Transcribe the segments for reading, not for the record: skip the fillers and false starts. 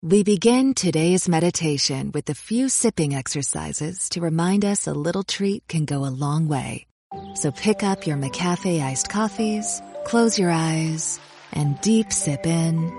We begin today's meditation with a few sipping exercises to remind us a little treat can go a long way. So pick up your McCafe iced coffees, close your eyes, and deep sip in.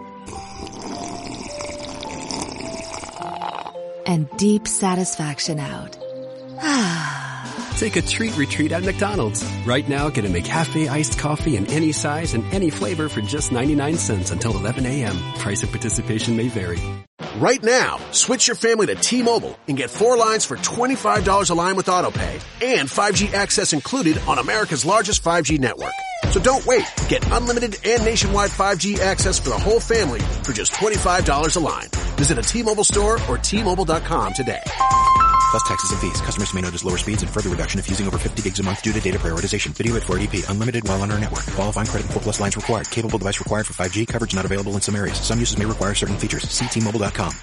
And deep satisfaction out. Take a treat retreat at McDonald's. Right now, get a McCafe iced coffee in any size and any flavor for just 99 cents until 11 a.m. Price of participation may vary. Right now, switch your family to T-Mobile and get 4 lines for $25 a line with AutoPay and 5G access included on America's largest 5G network. So don't wait. Get unlimited and nationwide 5G access for the whole family for just $25 a line. Visit a T-Mobile store or T-Mobile.com today. Plus taxes and fees. Customers may notice lower speeds and further reduction if using over 50 gigs a month due to data prioritization. Video at 480p. Unlimited while on our network. Qualifying credit and 4 plus lines required. Capable device required for 5G. Coverage not available in some areas. Some uses may require certain features. See T-Mobile.com.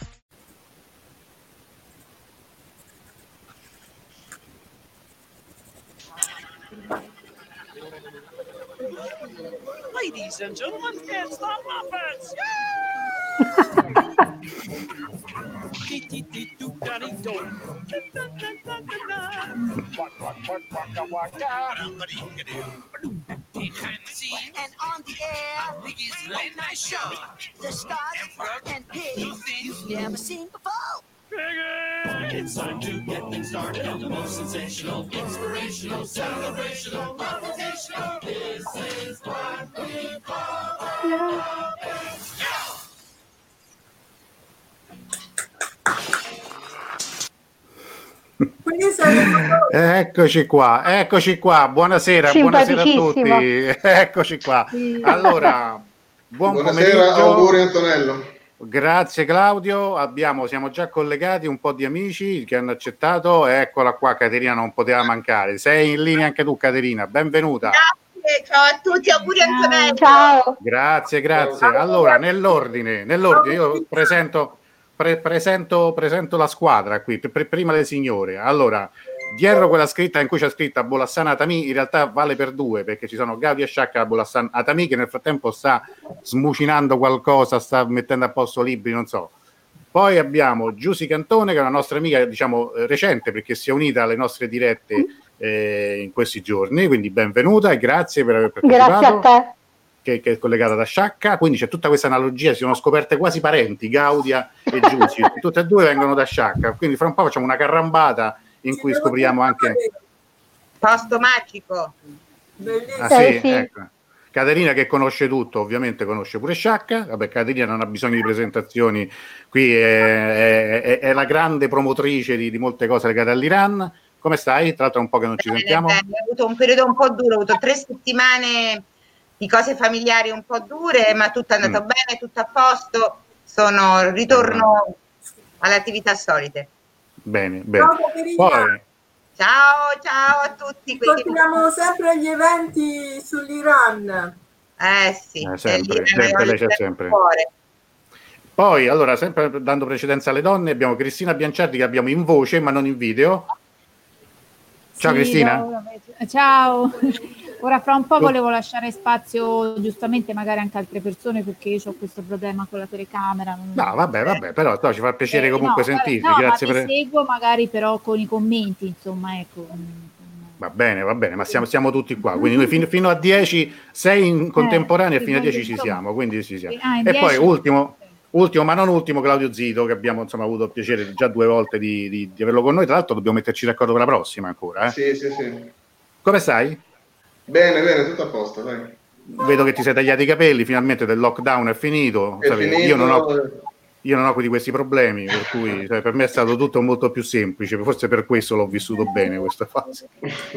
Ladies and gentlemen, it's the Muppets! And on the air, Biggie's late night show. The stars and pigs you've never seen before. It's time to get things started on the most sensational, inspirational, celebrational, motivational. This is what we call Muppets. Eccoci qua, buonasera a tutti, eccoci qua. Allora, buonasera, pomeriggio. Auguri Antonello. Grazie Claudio, siamo già collegati un po' di amici che hanno accettato, eccola qua Caterina, non poteva mancare. Sei in linea anche tu Caterina, benvenuta. Grazie, ciao a tutti, auguri Antonello. Ciao. Grazie. Allora, nell'ordine io presento la squadra qui, prima le signore. Allora, dietro quella scritta in cui c'è scritta Bolassan Atami, in realtà vale per 2 perché ci sono Gaudia Sciacca e Bolassan Atami che nel frattempo sta smucinando qualcosa, sta mettendo a posto libri, non so. Poi abbiamo Giusy Cantone che è una nostra amica, diciamo, recente perché si è unita alle nostre dirette in questi giorni, quindi benvenuta e grazie per aver partecipato. Grazie a te. Che è collegata da Sciacca, quindi c'è tutta questa analogia, si sono scoperte quasi parenti, Gaudia e Giusy, tutte e due vengono da Sciacca, quindi fra un po' facciamo una carrambata in cui scopriamo anche posto magico. Ah, sì. Ecco. Caterina che conosce tutto, ovviamente conosce pure Sciacca. Vabbè, Caterina non ha bisogno di presentazioni, qui è la grande promotrice di molte cose legate all'Iran. Come stai? Tra l'altro è un po' che non ci sentiamo. Ho avuto un periodo un po' duro, ho avuto 3 settimane di cose familiari un po' dure, ma tutto è andato bene, tutto a posto, ritorno alle attività solite. Bene. Poi, ciao a tutti. Continuiamo sempre gli eventi sull'Iran. Sempre lei c'è sempre. Poi, allora, sempre dando precedenza alle donne, abbiamo Cristina Bianciardi che abbiamo in voce ma non in video. Ciao Cristina. Ciao. Ora fra un po' volevo lasciare spazio giustamente magari anche altre persone perché io ho questo problema con la telecamera. No, vabbè, però ci fa piacere comunque sentirvi. Grazie ma seguo magari però con i commenti, insomma, ecco. Va bene, ma siamo tutti qua, quindi noi fino a 10, 6 in contemporanea e fino a 10 ci siamo, quindi ci siamo. E poi ultimo ma non ultimo Claudio Zito che abbiamo insomma avuto il piacere già 2 volte di averlo con noi, tra l'altro dobbiamo metterci d'accordo per la prossima ancora. Sì. Come stai? Bene, tutto a posto, dai. Vedo che ti sei tagliati i capelli, finalmente del lockdown è finito. Io non ho di questi problemi, per cui per me è stato tutto molto più semplice, forse per questo l'ho vissuto bene questa fase.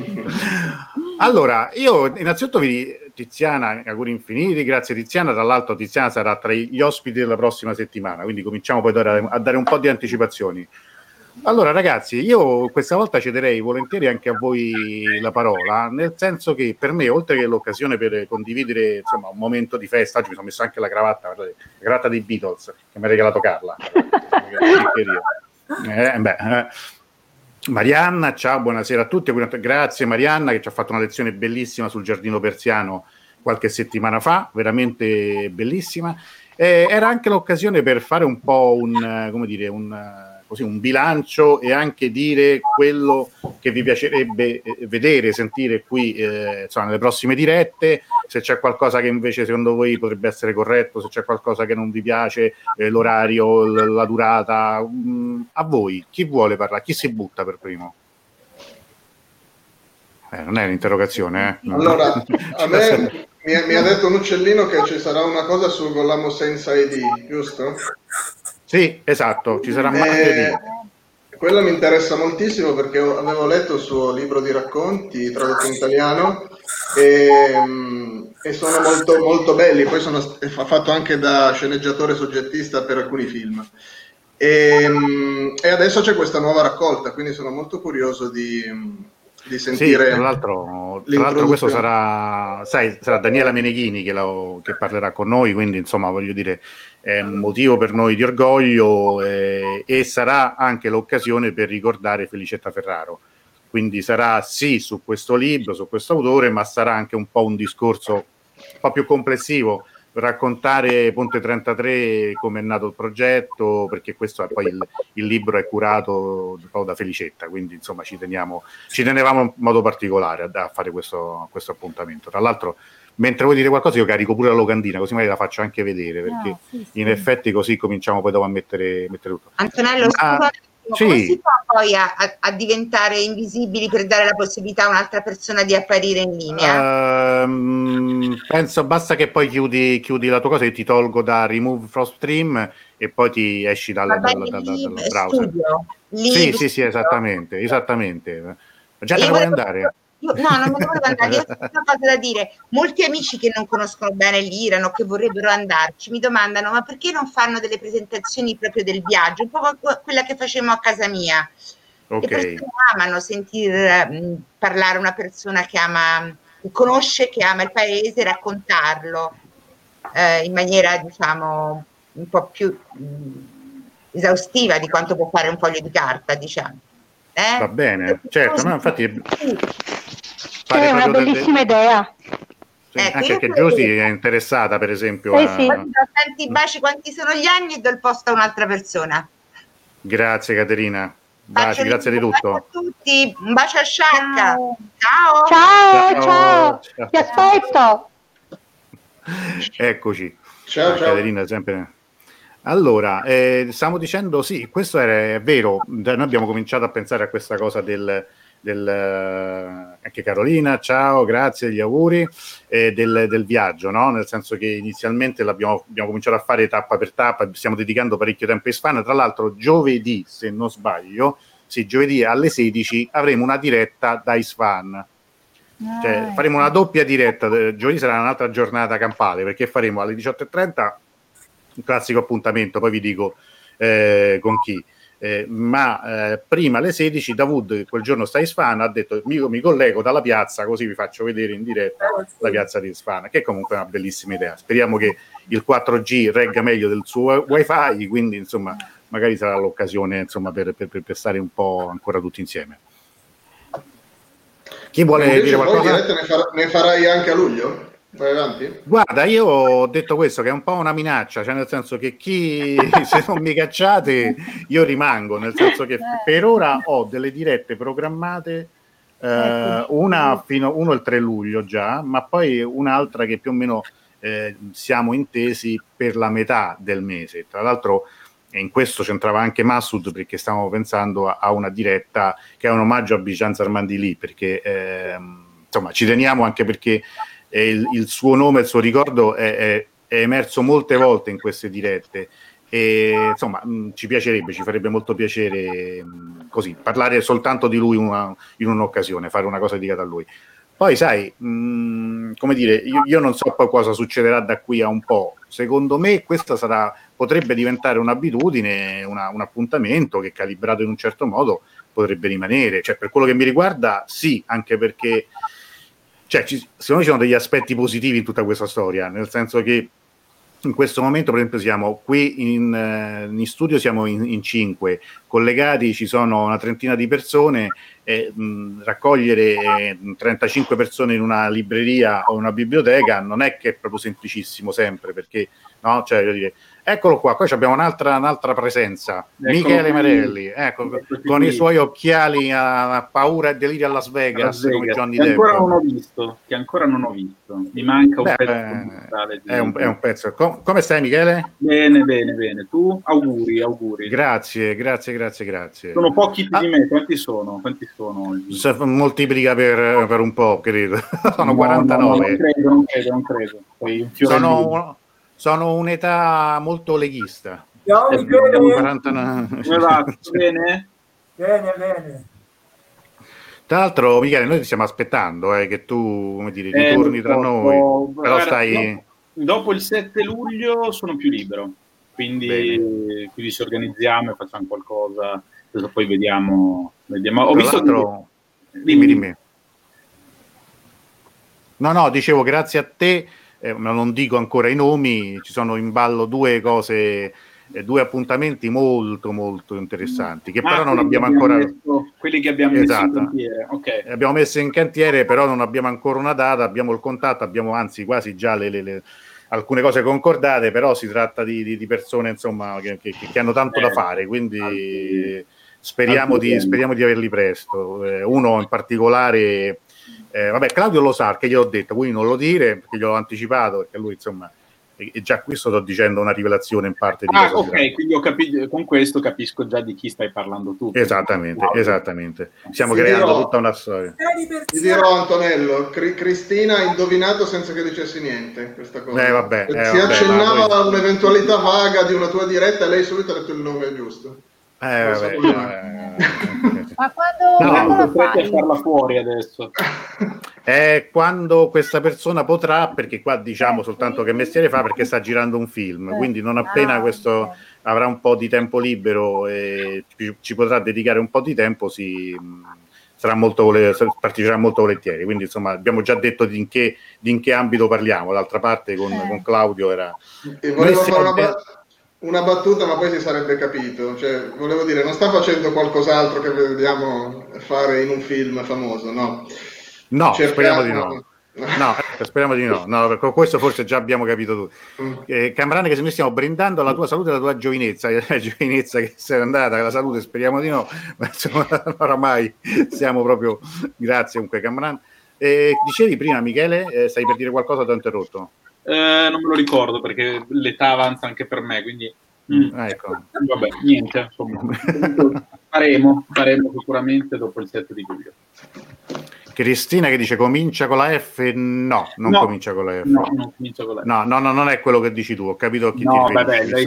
Allora, io innanzitutto Tiziana, auguri infiniti, grazie Tiziana, tra l'altro Tiziana sarà tra gli ospiti della prossima settimana, quindi cominciamo poi a dare un po' di anticipazioni. Allora ragazzi, io questa volta cederei volentieri anche a voi la parola, nel senso che per me, oltre che l'occasione per condividere insomma un momento di festa, oggi mi sono messo anche la cravatta dei Beatles che mi ha regalato Carla. Marianna, ciao, buonasera a tutti, grazie Marianna che ci ha fatto una lezione bellissima sul giardino persiano qualche settimana fa, veramente bellissima. era anche l'occasione per fare un po' un bilancio e anche dire quello che vi piacerebbe vedere, sentire qui nelle prossime dirette, se c'è qualcosa che invece secondo voi potrebbe essere corretto, se c'è qualcosa che non vi piace, l'orario, la durata. A voi, chi vuole parlare? Chi si butta per primo? Non è un'interrogazione, Allora, a me mi ha detto un uccellino che ci sarà una cosa sul Gollamo senza ID, giusto? Sì, esatto, ci sarà martedì. Quello mi interessa moltissimo perché avevo letto il suo libro di racconti tradotto in italiano e sono molto, molto belli. Poi ha fatto anche da sceneggiatore soggettista per alcuni film. E adesso c'è questa nuova raccolta, quindi sono molto curioso di sentire. Sì, tra l'altro questo sarà Daniela Meneghini che parlerà con noi, quindi insomma voglio dire è un motivo per noi di orgoglio e sarà anche l'occasione per ricordare Felicetta Ferraro, quindi sarà sì su questo libro, su questo autore, ma sarà anche un po' un discorso un po' più complessivo, raccontare Ponte 33, come è nato il progetto, perché questo poi il libro è curato proprio da Felicetta, quindi insomma ci tenevamo in modo particolare a fare questo appuntamento. Tra l'altro, mentre vuoi dire qualcosa, io carico pure la locandina, così magari la faccio anche vedere, perché in effetti così cominciamo poi dopo a mettere tutto. Antonello, scusa, come si fa poi a diventare invisibili per dare la possibilità a un'altra persona di apparire in linea? Penso basta che poi chiudi la tua cosa, io ti tolgo da Remove from Stream e poi ti esci dal browser. Sì, esattamente. Già te ne vuoi andare? No, non me ne volevo andare. Io ho una cosa da dire. Molti amici che non conoscono bene l'Iran o che vorrebbero andarci mi domandano: ma perché non fanno delle presentazioni proprio del viaggio? Un po' quella che facevamo a casa mia. Le persone amano sentir parlare una persona che conosce, che ama il paese, raccontarlo in maniera, diciamo, un po' più esaustiva di quanto può fare un foglio di carta, diciamo. Va bene, certo, no, infatti è una bellissima idea. Sì, anche che Giusy è interessata, per esempio. Tanti baci quanti sono gli anni e do il posto a un'altra persona. Grazie Caterina. Baci, grazie di tutto. Un bacio a tutti, un bacio a Sciacca. Ciao. Ti aspetto. Eccoci. Ciao. Caterina sempre. Allora, stiamo dicendo, sì, questo è vero, noi abbiamo cominciato a pensare a questa cosa anche Carolina, ciao, grazie, gli auguri, del viaggio, no? Nel senso che inizialmente abbiamo cominciato a fare tappa per tappa, stiamo dedicando parecchio tempo a Isfahan. Tra l'altro giovedì, se non sbaglio, giovedì alle 16 avremo una diretta da Isfahan. Cioè, faremo una doppia diretta, giovedì sarà un'altra giornata campale, perché faremo alle 18:30 un classico appuntamento, poi vi dico con chi. Ma prima alle 16 Davud, quel giorno sta in Isfahan, ha detto mi collego dalla piazza così vi faccio vedere in diretta la piazza di Isfahan, che comunque è una bellissima idea. Speriamo che il 4G regga meglio del suo wifi, quindi insomma magari sarà l'occasione insomma per stare un po' ancora tutti insieme. Chi vuole dire qualcosa? Ne farai anche a luglio? Vai avanti. Guarda, io ho detto questo che è un po' una minaccia, cioè nel senso che se non mi cacciate io rimango, nel senso che per ora ho delle dirette programmate, una uno il 3 luglio già, ma poi un'altra che più o meno siamo intesi per la metà del mese. Tra l'altro in questo c'entrava anche Massoud, perché stavamo pensando a una diretta che è un omaggio a Bijan Zarmandili, perché insomma ci teniamo, anche perché il suo nome, il suo ricordo è emerso molte volte in queste dirette e insomma ci farebbe molto piacere così parlare soltanto di lui in un'occasione, fare una cosa dedicata a lui. Poi sai, come dire, io non so poi cosa succederà da qui a un po'. Secondo me questa potrebbe diventare un'abitudine, un appuntamento che calibrato in un certo modo potrebbe rimanere, cioè per quello che mi riguarda sì, anche perché secondo me ci sono degli aspetti positivi in tutta questa storia, nel senso che in questo momento, per esempio, siamo qui in studio, siamo in 5, collegati ci sono una trentina di persone raccogliere 35 persone in una libreria o una biblioteca non è che è proprio semplicissimo sempre, perché no, cioè, voglio dire, eccolo qua abbiamo un'altra presenza, Michele Marelli, con i suoi occhiali a paura e delirio a Las Vegas, come Johnny Depp. Che ancora non ho visto, mi manca un pezzo è un pezzo. Come stai, Michele? Bene, tu? Auguri. Grazie. Sono pochi più di me, quanti sono oggi? Se moltiplica per un po', credo. Sono 49. Non credo. Poi sono un'età molto leghista. Ciao, Michele. 49. Bene? Bene. Tra l'altro, Michele, noi ti stiamo aspettando che tu, come dire, ritorni tra noi. Però stai... Dopo il 7 luglio sono più libero, quindi ci organizziamo e facciamo qualcosa. Adesso poi vediamo. Ho visto. Dimmi. No, dicevo grazie a te. Ma non dico ancora i nomi, ci sono in ballo due appuntamenti molto molto interessanti che però non abbiamo ancora quelli che abbiamo messo in cantiere. Okay. Abbiamo messo in cantiere, però non abbiamo ancora una data, abbiamo il contatto, abbiamo anzi quasi già alcune cose concordate, però si tratta di persone insomma che hanno tanto da fare, quindi speriamo di averli presto. Uno in particolare Claudio lo sa, che gliel'ho detto, quindi non lo dire perché gliel'ho anticipato, perché lui insomma è già qui sto dicendo una rivelazione in parte di cosa quindi ho capito, con questo capisco già di chi stai parlando tu. Esattamente. Stiamo creando tutta una storia. Ti dirò, Antonello, Cristina ha indovinato senza che dicessi niente questa cosa. Si accennava a un'eventualità vaga di una tua diretta e lei subito ha detto il nome giusto. Ma quando lo fai? Farla fuori adesso. Quando questa persona potrà, perché qua diciamo soltanto che mestiere fa, perché sta girando un film, quindi non appena questo avrà un po' di tempo libero e ci potrà dedicare un po' di tempo, parteciperà molto volentieri. Quindi insomma abbiamo già detto in che ambito parliamo. D'altra parte con Claudio era... Volevo fare una battuta, ma poi si sarebbe capito. Cioè, volevo dire, non sta facendo qualcos'altro che vediamo fare in un film famoso, no? No, speriamo di no. Speriamo di no. Per questo forse già abbiamo capito tu. Cambrane, che se noi stiamo brindando alla tua salute e alla tua giovinezza, che sei andata, la salute speriamo di no, ma insomma oramai siamo proprio... Grazie comunque Cambrane. Dicevi prima, Michele, stai per dire qualcosa, ti ho interrotto? Non me lo ricordo perché l'età avanza anche per me, quindi ecco. Vabbè, niente, insomma. faremo sicuramente dopo il 7 di luglio. Cristina che dice comincia con la F? No, non comincia con la F. No, non comincia con la F. No, non è quello che dici tu, ho capito a chi ti riferisci.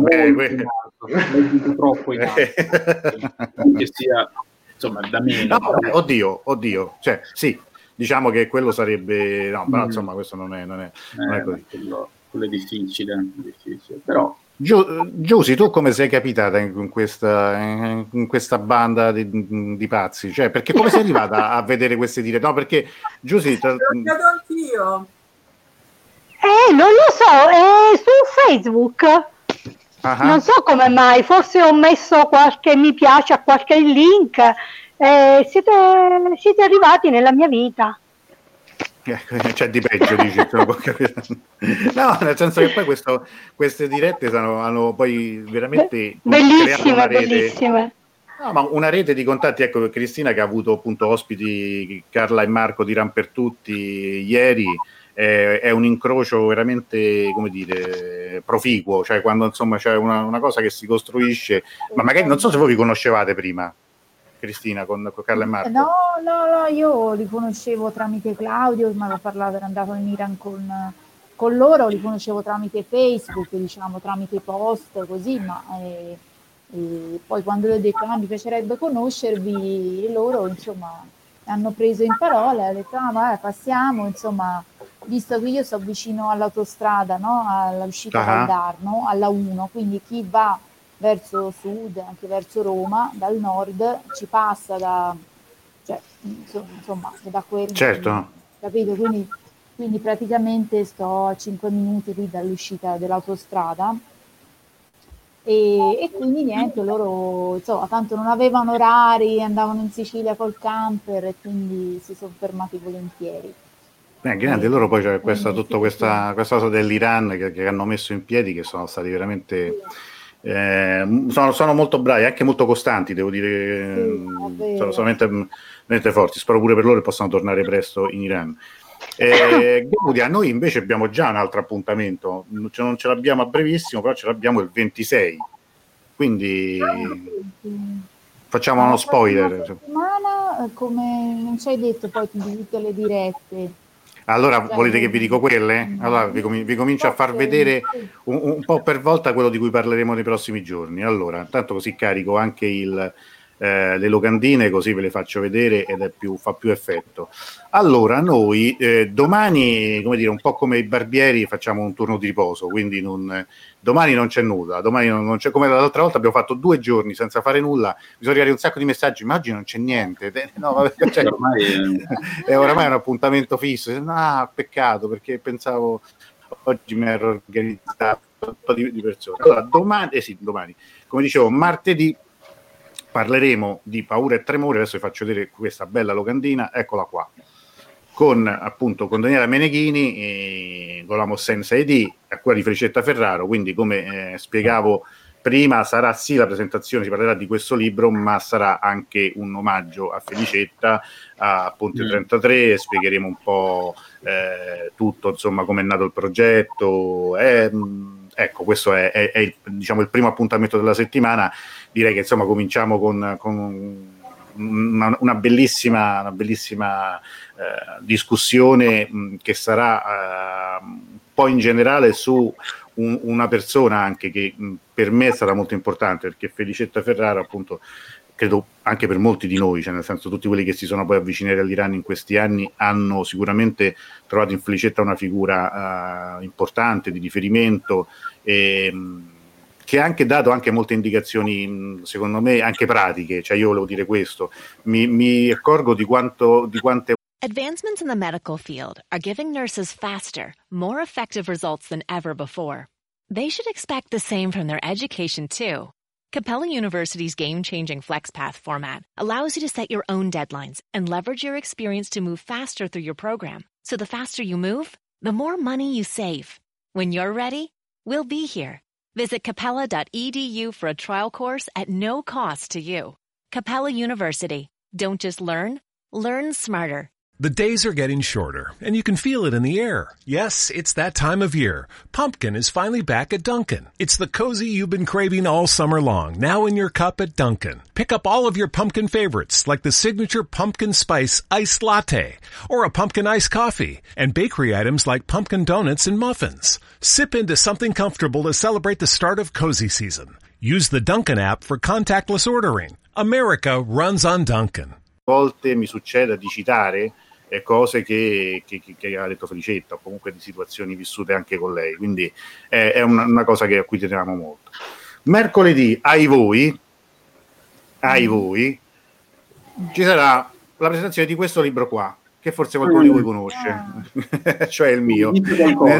Lei troppo in alto, che sia insomma da meno. Oddio, cioè sì. Diciamo che quello sarebbe però insomma questo non è così. Quello è difficile, però Giusy, tu come sei capitata in questa banda di pazzi? Cioè, perché come sei arrivata a vedere queste dirette? No, perché Giusy... L'ho guardato anch'io. Non lo so, su Facebook. Non so come mai, forse ho messo qualche mi piace a qualche link. Siete arrivati nella mia vita. C'è di peggio, dici. No, nel senso che poi queste dirette hanno poi veramente bellissime. No, ma una rete di contatti. Ecco, Cristina che ha avuto appunto ospiti Carla e Marco di Ram per Tutti ieri, è un incrocio veramente, come dire, proficuo, cioè quando insomma c'è una cosa che si costruisce, ma magari non so se voi vi conoscevate prima, Cristina, con Carla e Marco. No, io li conoscevo tramite Claudio, mi aveva parlato, era andato in Iran con loro, li conoscevo tramite Facebook, diciamo, tramite post, così, ma poi quando gli ho detto mi piacerebbe conoscervi, e loro insomma hanno preso in parola, ho detto passiamo, insomma, visto che io sto vicino all'autostrada, no? All'uscita dal Darno, alla 1, quindi chi va verso sud, anche verso Roma, dal nord, ci passa da quel... Certo. Capito? Quindi praticamente sto a 5 minuti lì dall'uscita dell'autostrada e quindi niente, loro insomma, tanto non avevano orari, andavano in Sicilia col camper e quindi si sono fermati volentieri. Grande, loro poi c'è tutta questa cosa dell'Iran che hanno messo in piedi, che sono stati veramente sono molto bravi, anche molto costanti, devo dire, sono veramente forti. Spero pure per loro che possano tornare presto in Iran. Gaudia, noi invece abbiamo già un altro appuntamento, non ce l'abbiamo a brevissimo, però ce l'abbiamo il 26, quindi facciamo uno spoiler. Settimana, come non ci hai detto poi di tutte le dirette. Allora, volete che vi dico quelle? Allora vi comincio a far vedere un po' per volta quello di cui parleremo nei prossimi giorni. Allora, tanto così carico anche le locandine, così ve le faccio vedere ed fa più effetto. Allora, noi domani, come dire, un po' come i barbieri, facciamo un turno di riposo, quindi domani non c'è nulla, domani non c'è, come l'altra volta abbiamo fatto 2 giorni senza fare nulla, mi sono arrivati un sacco di messaggi, ma oggi non c'è niente, no, vabbè, cioè, oramai è un appuntamento fisso, peccato, perché pensavo oggi mi ero organizzato un po' di persone. Allora, domani, come dicevo, martedì parleremo di Paura e Tremore. Adesso vi faccio vedere questa bella locandina, eccola qua, con Daniela Meneghini e con la Mossenza ID, a cura di Felicetta Ferraro. Quindi, come spiegavo prima, sarà sì la presentazione, si parlerà di questo libro, ma sarà anche un omaggio a Felicetta, a Ponte 33, spiegheremo un po' tutto, insomma, come è nato il progetto. Ecco, questo è diciamo il primo appuntamento della settimana. Direi che insomma cominciamo con una bellissima discussione che sarà un po' in generale su una persona anche che per me è stata molto importante, perché Felicetta Ferrara, appunto, credo anche per molti di noi, cioè nel senso tutti quelli che si sono poi avvicinati all'Iran in questi anni hanno sicuramente trovato in Felicetta una figura importante, di riferimento, che ha anche dato anche molte indicazioni, secondo me, anche pratiche. Cioè, io volevo dire questo, mi accorgo di quante Advancements in the medical field are giving nurses faster, more effective results than ever before. They should expect the same from their education, too. Capella University's game-changing FlexPath format allows you to set your own deadlines and leverage your experience to move faster through your program. So the faster you move, the more money you save. When you're ready, we'll be here. Visit capella.edu for a trial course at no cost to you. Capella University. Don't just learn smarter. The days are getting shorter, and you can feel it in the air. Yes, it's that time of year. Pumpkin is finally back at Dunkin'. It's the cozy you've been craving all summer long, now in your cup at Dunkin'. Pick up all of your pumpkin favorites, like the signature pumpkin spice iced latte, or a pumpkin iced coffee, and bakery items like pumpkin donuts and muffins. Sip into something comfortable to celebrate the start of cozy season. Use the Dunkin' app for contactless ordering. America runs on Dunkin'. Volte mi succede di citare cose che ha detto Felicetta, o comunque di situazioni vissute anche con lei, quindi è una cosa a cui teniamo molto. Mercoledì ai voi ci sarà la presentazione di questo libro qua, che forse qualcuno di voi conosce, cioè il mio, nel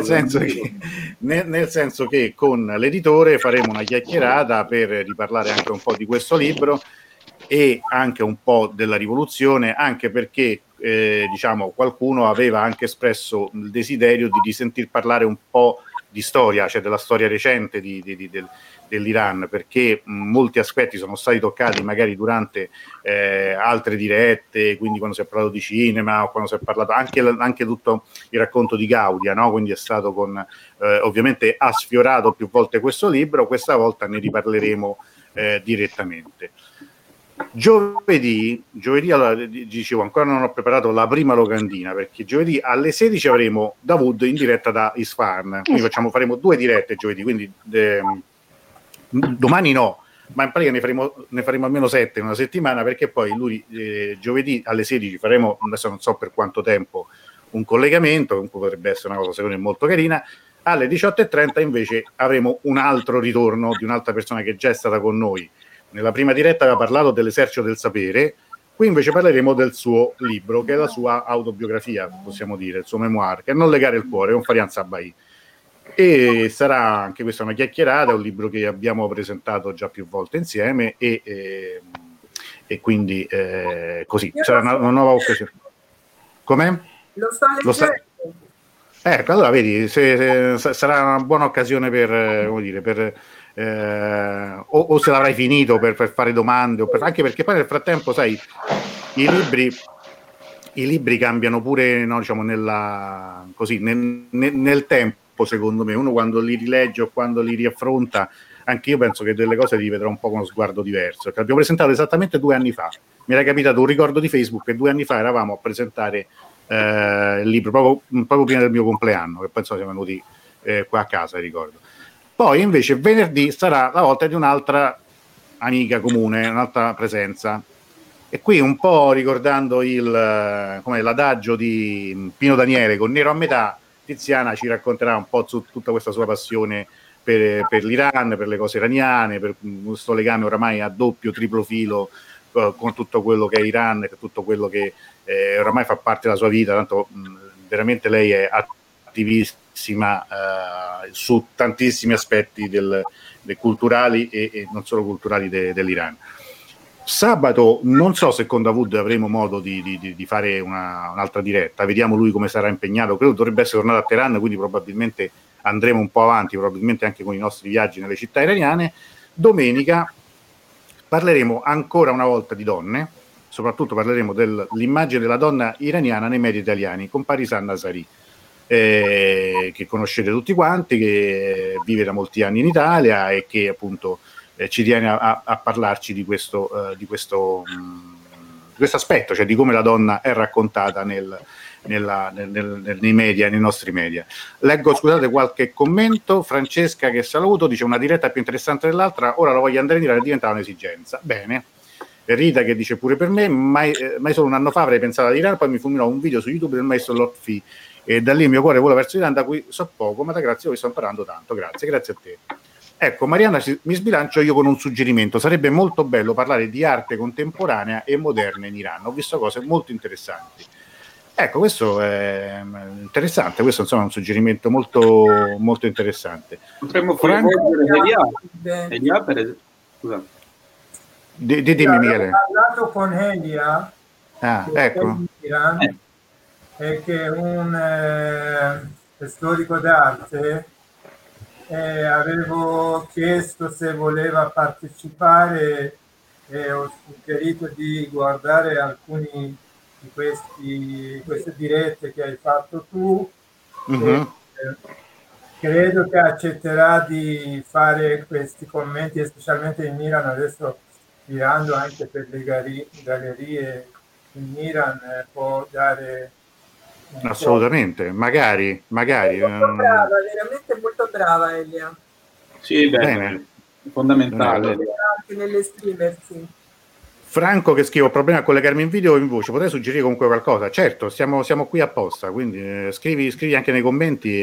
senso che con l'editore faremo una chiacchierata per riparlare anche un po' di questo libro e anche un po' della rivoluzione, anche perché diciamo qualcuno aveva anche espresso il desiderio di sentir parlare un po' di storia, cioè della storia recente dell'Iran, perché molti aspetti sono stati toccati magari durante altre dirette, quindi quando si è parlato di cinema o quando si è parlato anche tutto il racconto di Gaudia, no? Quindi è stato ovviamente ha sfiorato più volte questo libro, questa volta ne riparleremo direttamente. Giovedì, allora dicevo, ancora non ho preparato la prima locandina, perché giovedì alle 16 avremo Davud in diretta da Isfahan, quindi faremo 2 dirette giovedì, quindi domani no, ma in pratica ne faremo almeno 7 in una settimana, perché poi lui giovedì alle 16 faremo, adesso non so per quanto tempo, un collegamento, comunque potrebbe essere una cosa secondo me molto carina. Alle 18:30 invece avremo un altro ritorno di un'altra persona che già è stata con noi. Nella prima diretta aveva parlato dell'Esercito del Sapere, qui invece parleremo del suo libro, che è la sua autobiografia, possiamo dire, il suo memoir, che è Non legare il cuore, con Farian Sabai. E sarà anche questa una chiacchierata, è un libro che abbiamo presentato già più volte insieme e quindi così sarà una nuova occasione. Com'è? Lo sto leggendo. Ecco, allora vedi, sarà una buona occasione per, come dire, o se l'avrai finito per fare domande, anche perché poi nel frattempo, sai, i libri cambiano pure, no, diciamo, nel tempo, secondo me. Uno quando li rilegge o quando li riaffronta, anche io penso che delle cose li vedrò un po' con uno sguardo diverso. L'abbiamo presentato esattamente 2 anni fa. Mi era capitato un ricordo di Facebook che 2 anni fa eravamo a presentare il libro proprio prima del mio compleanno, che penso siamo venuti qua a casa, ricordo. Poi invece venerdì sarà la volta di un'altra amica comune, un'altra presenza, e qui un po' ricordando l'adagio di Pino Daniele con Nero a metà, Tiziana ci racconterà un po' su tutta questa sua passione per l'Iran, per le cose iraniane, per questo legame oramai a doppio, triplo filo con tutto quello che è Iran, e tutto quello che oramai fa parte della sua vita, tanto veramente lei è attivissima su tantissimi aspetti del culturali e non solo culturali dell'Iran. Sabato non so se con Davud avremo modo di fare un'altra diretta, vediamo lui come sarà impegnato, credo dovrebbe essere tornato a Teheran, quindi probabilmente andremo un po' avanti, probabilmente anche con i nostri viaggi nelle città iraniane. Domenica parleremo ancora una volta di donne, soprattutto parleremo dell'immagine della donna iraniana nei media italiani con Parisan Nasari, che conoscete tutti quanti, che vive da molti anni in Italia e che appunto ci tiene a parlarci di questo aspetto, cioè di come la donna è raccontata nei media, nei nostri media. Leggo, scusate, qualche commento. Francesca che saluto, dice: una diretta più interessante dell'altra, ora lo voglio andare a dire, è diventata un'esigenza. Bene. Rita che dice: pure per me, mai solo un anno fa avrei pensato ad Iran, poi mi fulminò un video su YouTube del maestro Lotfi e da lì il mio cuore vola verso l'Iran, da cui so poco, ma grazie a voi sto imparando tanto. Grazie a te. Ecco, Mariana, mi sbilancio io con un suggerimento: sarebbe molto bello parlare di arte contemporanea e moderna in Iran, ho visto cose molto interessanti. Ecco, questo è interessante, questo insomma è un suggerimento molto, molto interessante. Potremmo coinvolgere Elia per... Scusate. Dimmi, Michele. Ho parlato con Elia, ecco. Iran, che è un storico d'arte, e avevo chiesto se voleva partecipare e ho suggerito di guardare alcuni di queste dirette che hai fatto tu. Credo che accetterà di fare questi commenti, specialmente in Iran, adesso girando anche per le gallerie in Iran, può dare assolutamente, magari molto brava, veramente molto brava Elia. Sì, bene. Fondamentale anche nelle streamer, sì. Franco che scrive: ho problemi a collegarmi in video o in voce, potrei suggerire comunque qualcosa? Certo, siamo qui apposta, quindi scrivi anche nei commenti,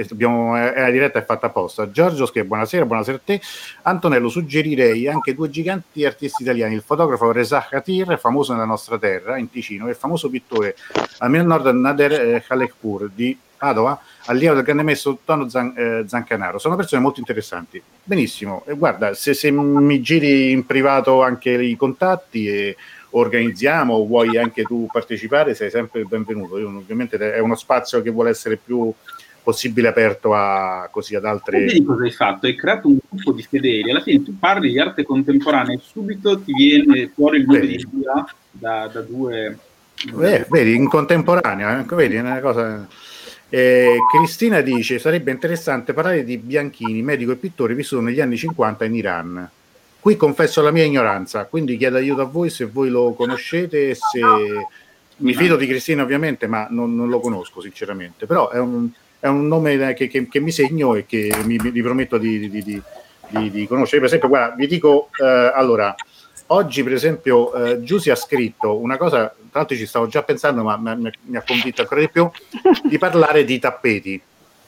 la diretta è fatta apposta. Giorgio scrive: buonasera a te. Antonello, suggerirei anche 2 giganti artisti italiani, il fotografo Reza Khatir, famoso nella nostra terra, in Ticino, e il famoso pittore al nord Nader Khalekpour di Padova, allievo del grande maestro Tono Zancanaro. Sono persone molto interessanti. Benissimo, e guarda, se mi giri in privato anche i contatti e organizziamo, o vuoi anche tu partecipare, sei sempre il benvenuto. Io, ovviamente è uno spazio che vuole essere più possibile aperto ad altre... Vedi cosa hai fatto? Hai creato un gruppo di fedeli, alla fine tu parli di arte contemporanea e subito ti viene fuori il nome di Elia da 2... vedi, in contemporanea, vedi, è una cosa... Cristina dice: sarebbe interessante parlare di Bianchini, medico e pittore vissuto negli anni 50 in Iran. Qui confesso la mia ignoranza, quindi chiedo aiuto a voi se voi lo conoscete, se mi fido di Cristina ovviamente, ma non lo conosco sinceramente, però è un nome che mi segno e che mi prometto di conoscere. Per esempio, guarda, vi dico, allora, oggi per esempio Giusy ha scritto una cosa, tra l'altro ci stavo già pensando, ma mi ha convinto ancora di più, di parlare di tappeti.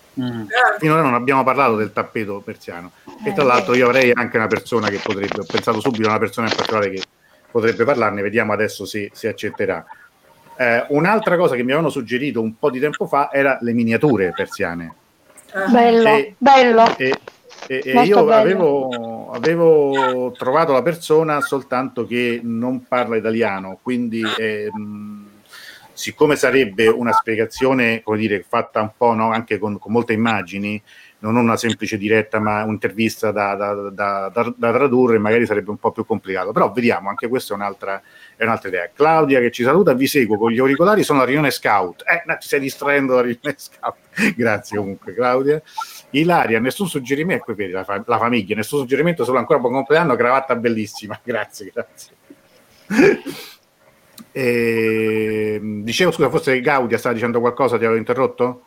Finora non abbiamo parlato del tappeto persiano, e tra l'altro io avrei anche una persona che potrebbe, ho pensato subito a una persona in particolare che potrebbe parlarne, vediamo adesso se accetterà. Un'altra cosa che mi avevano suggerito un po' di tempo fa era le miniature persiane. Bello. E io avevo trovato la persona soltanto che non parla italiano, quindi siccome sarebbe una spiegazione, come dire, fatta un po', no, anche con molte immagini, non una semplice diretta ma un'intervista da tradurre, magari sarebbe un po' più complicato, però vediamo, anche questa è un'altra idea. Claudia che ci saluta: vi seguo con gli auricolari, sono la riunione scout. Ti stai distraendo dalla riunione scout. Grazie comunque Claudia. Ilaria, nessun suggerimento, vedi la famiglia, nessun suggerimento, solo ancora buon compleanno, cravatta bellissima. Grazie. Dicevo, scusa, forse Claudia stava dicendo qualcosa, ti avevo interrotto?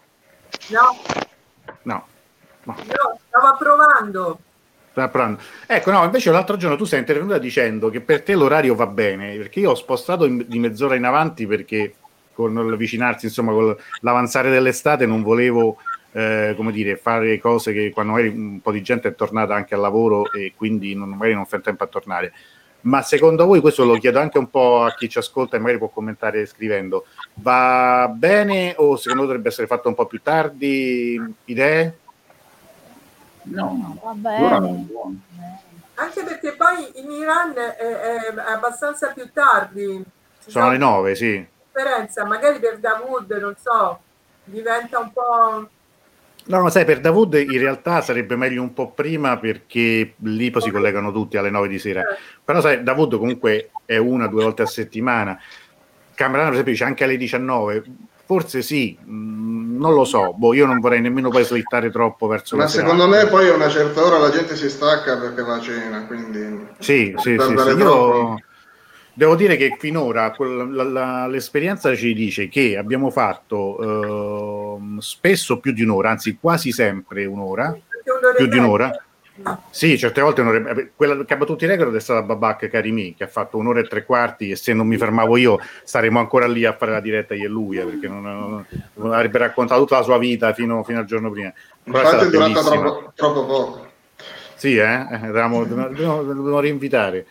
No, stavo provando. Ecco, no, invece l'altro giorno tu sei intervenuta dicendo che per te l'orario va bene, perché io ho spostato di mezz'ora in avanti perché con l'avvicinarsi, insomma, con l'avanzare dell'estate non volevo come dire, fare cose che quando magari un po' di gente è tornata anche al lavoro e quindi magari non fa il tempo a tornare. Ma secondo voi, questo lo chiedo anche un po' a chi ci ascolta e magari può commentare scrivendo, va bene o secondo voi dovrebbe essere fatto un po' più tardi? Idee? No, va bene. Anche perché poi in Iran è abbastanza più tardi. Sono alle 9, sì. Differenza, magari per Dawood, non so, diventa un po'... No, ma sai, per Dawood in realtà sarebbe meglio un po' prima perché lì poi si collegano tutti alle 9 di sera. Però sai, Dawood comunque è 1 o 2 volte a settimana. Camerano per esempio dice anche alle 19. Forse sì, non lo so. Io non vorrei nemmeno poi slittare troppo verso la serata. Secondo me poi a una certa ora la gente si stacca perché va a cena, quindi... Sì. Io devo dire che finora l'esperienza ci dice che abbiamo fatto spesso più di un'ora, anzi quasi sempre un'ora, più di un'ora. Sì, certe volte un'ora. Quella che ha battuto i record è stata Babak Karimi, che ha fatto 1 ora e 3 quarti, e se non mi fermavo io saremmo ancora lì a fare la diretta io e lui, perché non avrebbe raccontato tutta la sua vita fino al giorno prima. Infatti è durata troppo poco. Sì, dobbiamo rinvitare.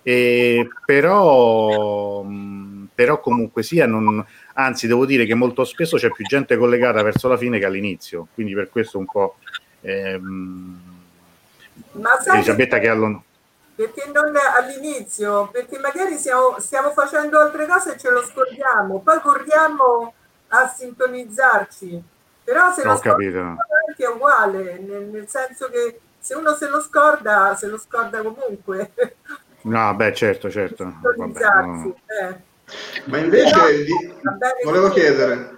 Però comunque sia, anzi devo dire che molto spesso c'è più gente collegata verso la fine che all'inizio, quindi per questo un po' ma sai Elisabetta che perché non all'inizio, perché magari stiamo facendo altre cose e ce lo scordiamo, poi corriamo a sintonizzarci, però se lo scordiamo è uguale, nel senso che se uno se lo scorda comunque. No, beh, certo. Vabbè, no. Ma invece volevo chiedere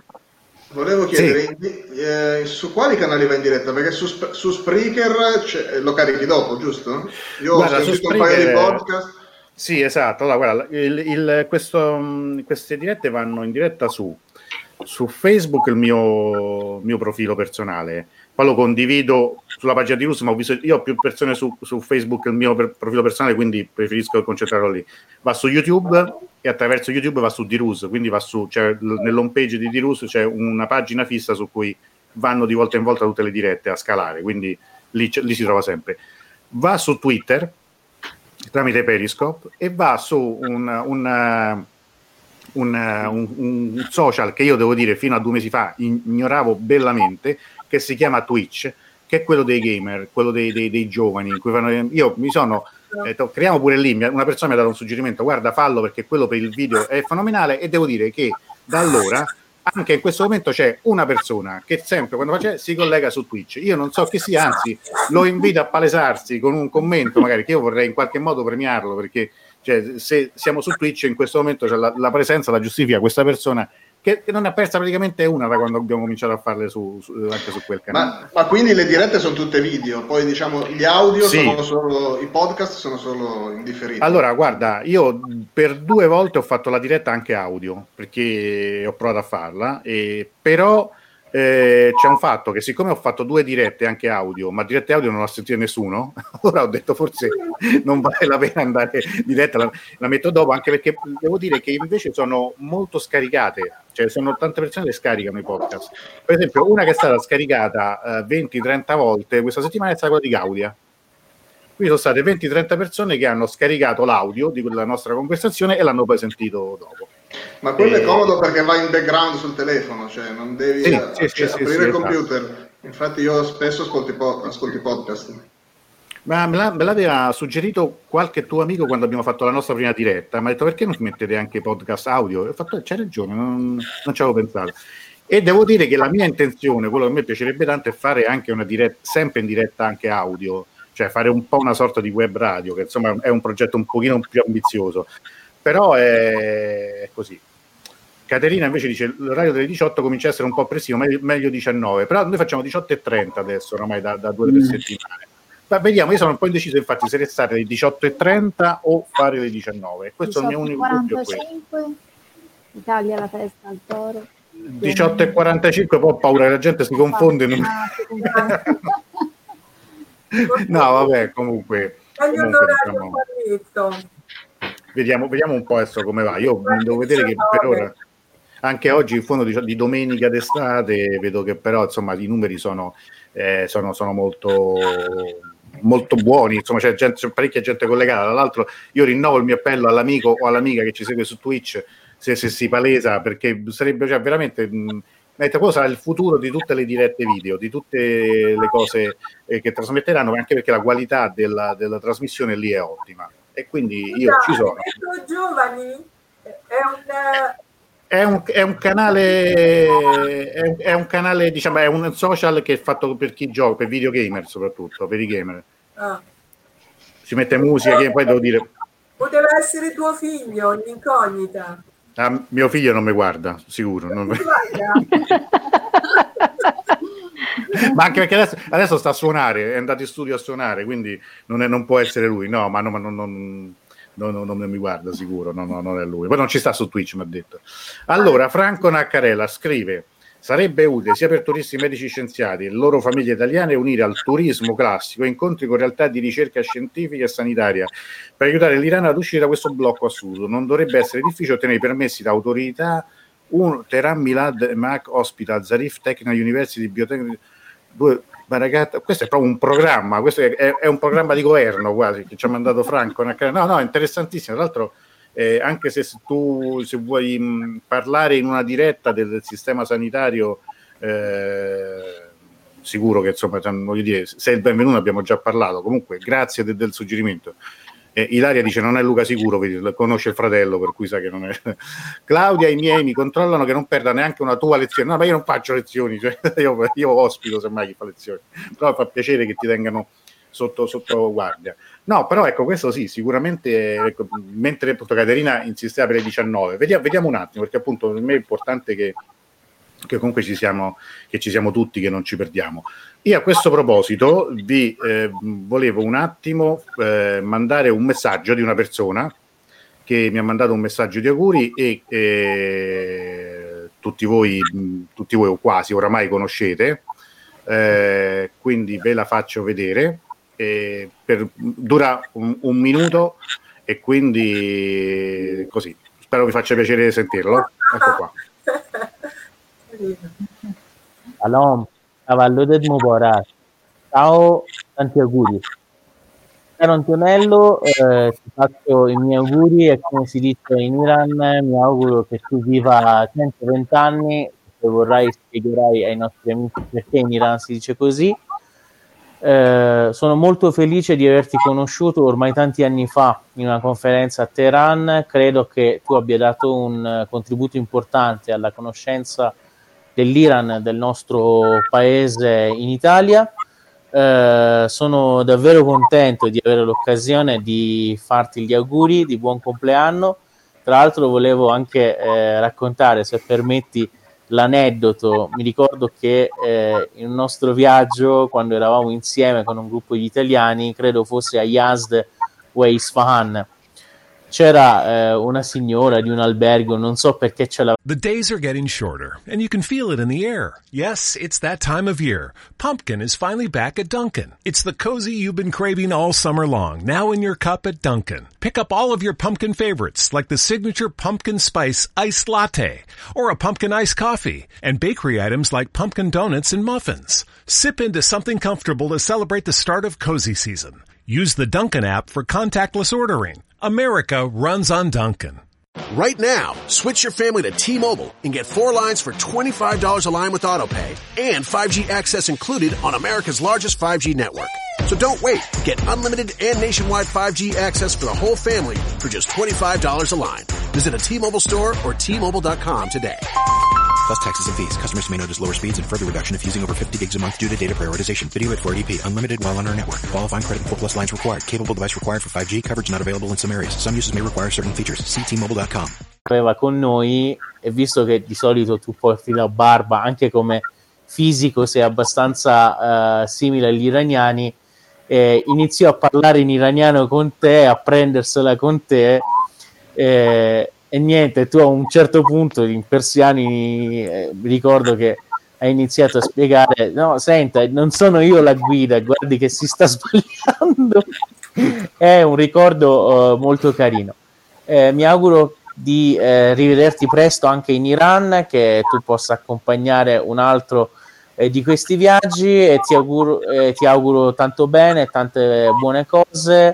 sì. Su quali canali va in diretta? Perché su Spreaker lo carichi dopo, giusto? Io ho sentito un paio di podcast. Sì, esatto. Allora, guarda, queste dirette vanno in diretta su Facebook, il mio profilo personale. Poi lo condivido sulla pagina di Rus, ma io ho più persone su Facebook, il mio profilo personale, quindi preferisco concentrarlo lì. Va su YouTube e attraverso YouTube va su Dirus, quindi nell'home page di Dirus c'è una pagina fissa su cui vanno di volta in volta tutte le dirette a scalare, quindi lì si trova sempre. Va su Twitter tramite Periscope e va su un social che io devo dire fino a 2 mesi fa ignoravo bellamente, che si chiama Twitch, che è quello dei gamer, quello dei giovani, in cui io mi sono creiamo pure lì, una persona mi ha dato un suggerimento, guarda fallo perché quello per il video è fenomenale, e devo dire che da allora anche in questo momento c'è una persona che sempre quando si collega su Twitch, io non so chi sia, anzi lo invito a palesarsi con un commento magari, che io vorrei in qualche modo premiarlo, perché se siamo su Twitch in questo momento la presenza la giustifica questa persona che non ne ha persa praticamente una da quando abbiamo cominciato a farle anche su quel canale. Ma quindi le dirette sono tutte video, poi diciamo gli audio sono solo, i podcast sono solo indifferiti. Allora guarda, io per 2 volte ho fatto la diretta anche audio perché ho provato a farla, però c'è un fatto che siccome ho fatto 2 dirette anche audio, ma dirette audio non l'ha sentito nessuno, ora ho detto forse non vale la pena andare diretta, la metto dopo, anche perché devo dire che invece sono molto scaricate, cioè sono tante persone che scaricano i podcast. Per esempio una che è stata scaricata 20-30 volte questa settimana è stata quella di Gaudia. Quindi sono state 20-30 persone che hanno scaricato l'audio di quella nostra conversazione e l'hanno poi sentito dopo. Ma quello è comodo perché va in background sul telefono, cioè non devi aprire il computer. Infatti io spesso ascolti podcast. Ma me l'aveva suggerito qualche tuo amico quando abbiamo fatto la nostra prima diretta, mi ha detto perché non mettete anche podcast audio? E ho fatto c'hai ragione, non ci avevo pensato. E devo dire che la mia intenzione, quello che a me piacerebbe tanto, è fare anche una diretta, sempre in diretta anche audio, cioè fare un po' una sorta di web radio, che insomma è un progetto un pochino più ambizioso, però è così. Caterina invece dice l'orario delle 18 comincia a essere un po' pressivo, meglio 19, però noi facciamo 18:30 adesso, ormai da 2 o 3 settimane. Ma vediamo, io sono un po' indeciso infatti se restare alle 18:30 o fare le 19. Questo è il mio unico dubbio. 18:45, Italia la festa al Toro. 18:45, poi ho paura che la gente si confonde. No, vabbè, comunque diciamo, vediamo un po' adesso come va. Io devo vedere che per ora, anche oggi in fondo di domenica d'estate, vedo che però insomma i numeri sono molto molto buoni, insomma c'è parecchia gente collegata. Tra l'altro io rinnovo il mio appello all'amico o all'amica che ci segue su Twitch, se si palesa, perché sarebbe veramente quello sarà il futuro di tutte le dirette video, di tutte le cose che trasmetteranno, anche perché la qualità della trasmissione lì è ottima, e quindi io ci sono. Giovani è un canale, diciamo, è un social che è fatto per chi gioca, per videogamer, soprattutto per i gamer. Si mette musica, che poi devo dire poteva essere tuo figlio in incognita. Mio figlio non mi guarda, sicuro. Non mi ma anche perché adesso sta a suonare, è andato in studio a suonare, quindi non può essere lui. No, ma non mi guarda sicuro, non è lui. Poi non ci sta su Twitch, mi ha detto. Allora, Franco Naccarella scrive: sarebbe utile sia per turisti, medici, scienziati e le loro famiglie italiane unire al turismo classico incontri con realtà di ricerca scientifica e sanitaria per aiutare l'Iran ad uscire da questo blocco assurdo. Non dovrebbe essere difficile ottenere i permessi da autorità. Tehran, Milad, Mac Hospital, Zarif Technical University, Biotech, questo è proprio un programma, questo è un programma di governo quasi che ci ha mandato Franco. No, è interessantissimo. Tra l'altro anche se tu vuoi parlare in una diretta del sistema sanitario, sicuro che insomma voglio dire, sei il benvenuto, abbiamo già parlato. Comunque grazie del suggerimento. Ilaria dice non è Luca sicuro, conosce il fratello, per cui sa che non è. Claudia, i miei mi controllano che non perda neanche una tua lezione. No, ma io non faccio lezioni, cioè, io ospito semmai chi fa lezioni, però fa piacere che ti tengano sotto guardia. No, però ecco, questo sì, sicuramente, ecco, mentre appunto Caterina insisteva per le 19, vediamo un attimo, perché appunto per me è importante che comunque ci siamo tutti, che non ci perdiamo. Io a questo proposito vi volevo un attimo mandare un messaggio di una persona che mi ha mandato un messaggio di auguri e tutti voi o quasi oramai conoscete, quindi ve la faccio vedere. Dura un minuto e quindi così spero vi faccia piacere sentirlo. Ecco qua. Salam, Tavalludet Mubarak. Ciao, tanti auguri. Caro Antonello, ti faccio i miei auguri e come si dice in Iran mi auguro che tu viva 120 anni, se vorrai spiegherai ai nostri amici perché in Iran si dice così. Sono molto felice di averti conosciuto ormai tanti anni fa in una conferenza a Teheran. Credo che tu abbia dato un contributo importante alla conoscenza dell'Iran, del nostro paese in Italia. Sono davvero contento di avere l'occasione di farti gli auguri di buon compleanno. Tra l'altro volevo anche raccontare, se permetti, l'aneddoto. Mi ricordo che in un nostro viaggio, quando eravamo insieme con un gruppo di italiani, credo fosse a Yazd o a Isfahan, c'era una signora di un albergo, non so perché ce l'aveva. The days are getting shorter, and you can feel it in the air. Yes, it's that time of year. Pumpkin is finally back at Dunkin'. It's the cozy you've been craving all summer long, now in your cup at Dunkin'. Pick up all of your pumpkin favorites, like the signature pumpkin spice iced latte, or a pumpkin iced coffee, and bakery items like pumpkin donuts and muffins. Sip into something comfortable to celebrate the start of cozy season. Use the Dunkin' app for contactless ordering. America runs on Dunkin'. Right now, switch your family to T-Mobile and get 4 lines for $25 a line with AutoPay and 5G access included on America's largest 5G network. So don't wait. Get unlimited and nationwide 5G access for the whole family for just $25 a line. Visit a T-Mobile store or T-Mobile.com today. Plus taxes and fees. Customers may notice lower speeds and further reduction if using over 50 gigs a month due to data prioritization. Video at 480p. Unlimited while on our network. Qualifying credit and 4 plus lines required. Capable device required for 5G. Coverage not available in some areas. Some uses may require certain features. See T-Mobile.com. Aveva con noi, e visto che di solito tu porti la barba, anche come fisico sei abbastanza simile agli iraniani, iniziò a parlare in iraniano con te, a prendersela con te, e niente, tu a un certo punto in persiani ricordo che hai iniziato a spiegare: no, senta, non sono io la guida, guardi che si sta sbagliando. È un ricordo molto carino. Mi auguro di rivederti presto anche in Iran, che tu possa accompagnare un altro di questi viaggi, e ti auguro tanto bene, tante buone cose.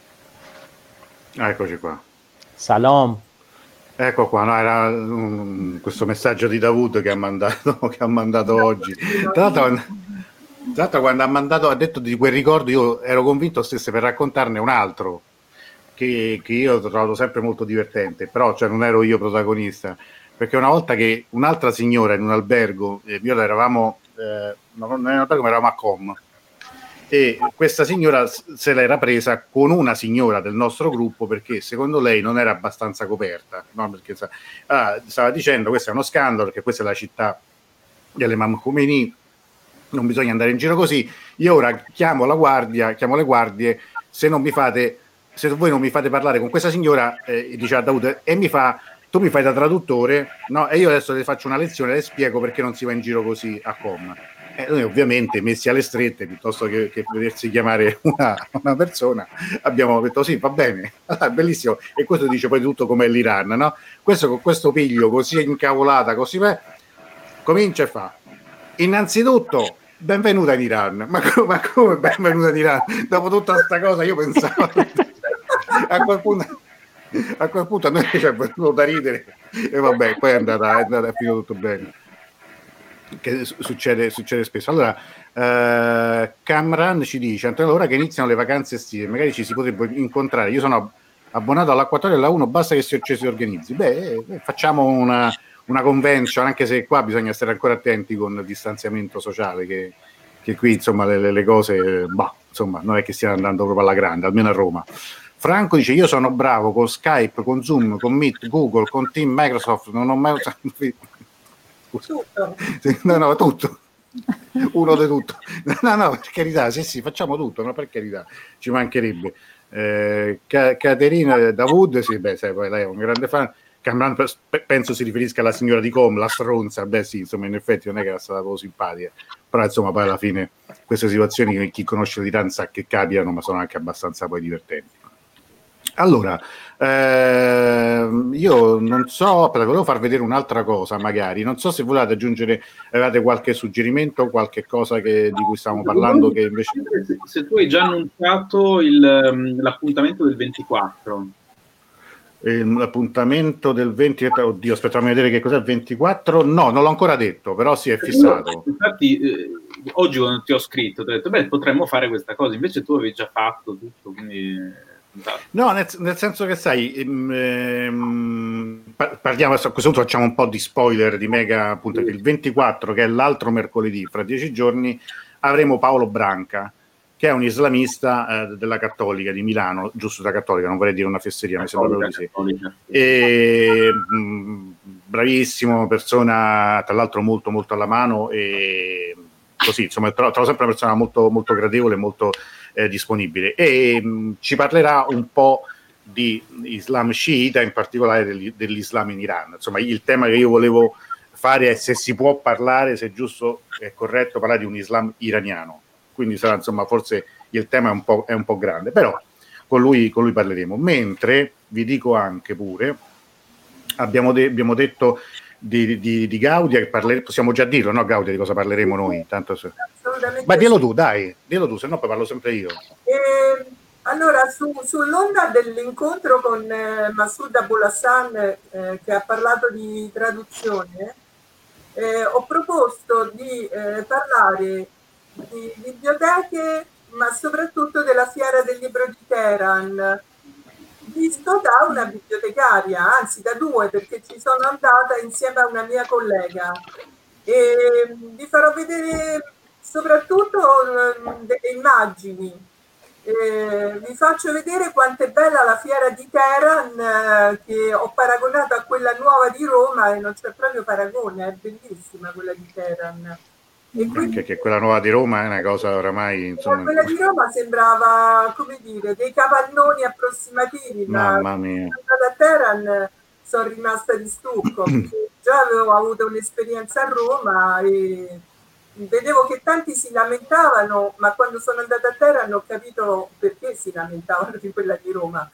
Eccoci qua. Salam. Ecco qua, no, era questo messaggio di Davud che ha mandato oggi. Tra l'altro quando ha detto di quel ricordo, io ero convinto stesse per raccontarne un altro che io ho trovato sempre molto divertente, però non ero io protagonista, perché una volta che un'altra signora in un albergo, io eravamo non in un albergo ma eravamo a Com, e questa signora se l'era presa con una signora del nostro gruppo perché secondo lei non era abbastanza coperta, no? Perché stava dicendo: questo è uno scandalo perché questa è la città dell'Imam Khomeini, non bisogna andare in giro così, io ora chiamo le guardie, se voi non mi fate parlare con questa signora, dice a Daud, e tu mi fai da traduttore, no? E io adesso le faccio una lezione, le spiego perché non si va in giro così a Com. Noi ovviamente, messi alle strette, piuttosto che vedersi chiamare una persona, abbiamo detto sì, va bene, bellissimo. E questo dice poi tutto com'è l'Iran, no? Questo con questo piglio così incavolata, così comincia e fa: innanzitutto benvenuta in Iran. Ma come benvenuta in Iran? Dopo tutta sta cosa io pensavo a quel punto a noi ci è venuto da ridere, e vabbè, poi è andata finito tutto bene, che succede spesso. Allora Camran ci dice: Antonio, ora che iniziano le vacanze estive magari ci si potrebbe incontrare, io sono abbonato all'Acquatorio e alla 1, basta che si organizzi. Facciamo una convention, anche se qua bisogna stare ancora attenti con il distanziamento sociale, che qui insomma le cose insomma non è che stiano andando proprio alla grande, almeno a Roma. Franco dice: io sono bravo con Skype, con Zoom, con Meet, Google, con Team, Microsoft, non ho mai usato tutto. Uno di tutto. No, per carità, sì, facciamo tutto, ma per carità, ci mancherebbe. Caterina Davud, sì, sai, poi lei è un grande fan. Camran penso si riferisca alla signora di Com, la stronza. Sì, insomma, in effetti non è che era stata proprio simpatica, però insomma poi alla fine queste situazioni, chi conosce l'Iran sa che capitano, ma sono anche abbastanza poi divertenti. Allora, io non so, volevo far vedere un'altra cosa, magari, non so se volete aggiungere, avete qualche suggerimento, qualche cosa di cui stavamo parlando, che invece... Se tu hai già annunciato l'appuntamento del 24. L'appuntamento del 20, oddio, aspetta, fammi vedere che cos'è il 24. No, non l'ho ancora detto, però sì, è fissato. Infatti oggi quando ti ho scritto ti ho detto potremmo fare questa cosa, invece tu avevi già fatto tutto, quindi... No, nel senso che sai, parliamo adesso, a questo punto facciamo un po' di spoiler di mega, appunto, il 24, che è l'altro mercoledì, fra 10 giorni, avremo Paolo Branca, che è un islamista della Cattolica di Milano, giusto, da Cattolica, non vorrei dire una fesseria, mi sembra proprio di sì. E, bravissimo, persona tra l'altro molto molto alla mano, e così, insomma, trovo sempre una persona molto molto gradevole, molto disponibile, e ci parlerà un po' di Islam sciita, in particolare dell'Islam in Iran. Insomma, il tema che io volevo fare è se si può parlare, se è giusto, è corretto parlare di un Islam iraniano, quindi sarà, insomma, forse il tema è un po' grande, però con lui parleremo. Mentre vi dico anche pure, abbiamo detto di Gaudia, che possiamo già dirlo, no Gaudia, di cosa parleremo noi? Tanto ma dillo tu, dai, se no poi parlo sempre io. Allora, sull'onda dell'incontro con Masoud Abulassan, che ha parlato di traduzione, ho proposto di parlare di biblioteche, ma soprattutto della Fiera del Libro di Teheran, visto da una bibliotecaria, anzi da due, perché ci sono andata insieme a una mia collega. E vi farò vedere soprattutto delle immagini. Vi faccio vedere quanto è bella la fiera di Teheran, che ho paragonato a quella nuova di Roma e non c'è proprio paragone, è bellissima quella di Teheran. E quindi, che quella nuova di Roma è una cosa oramai, insomma, quella di Roma sembrava, come dire, dei capannoni approssimativi, mamma mia. da Teheran sono rimasta di stucco, perché già avevo avuto un'esperienza a Roma e vedevo che tanti si lamentavano, ma quando sono andata a Teheran ho capito perché si lamentavano di quella di Roma.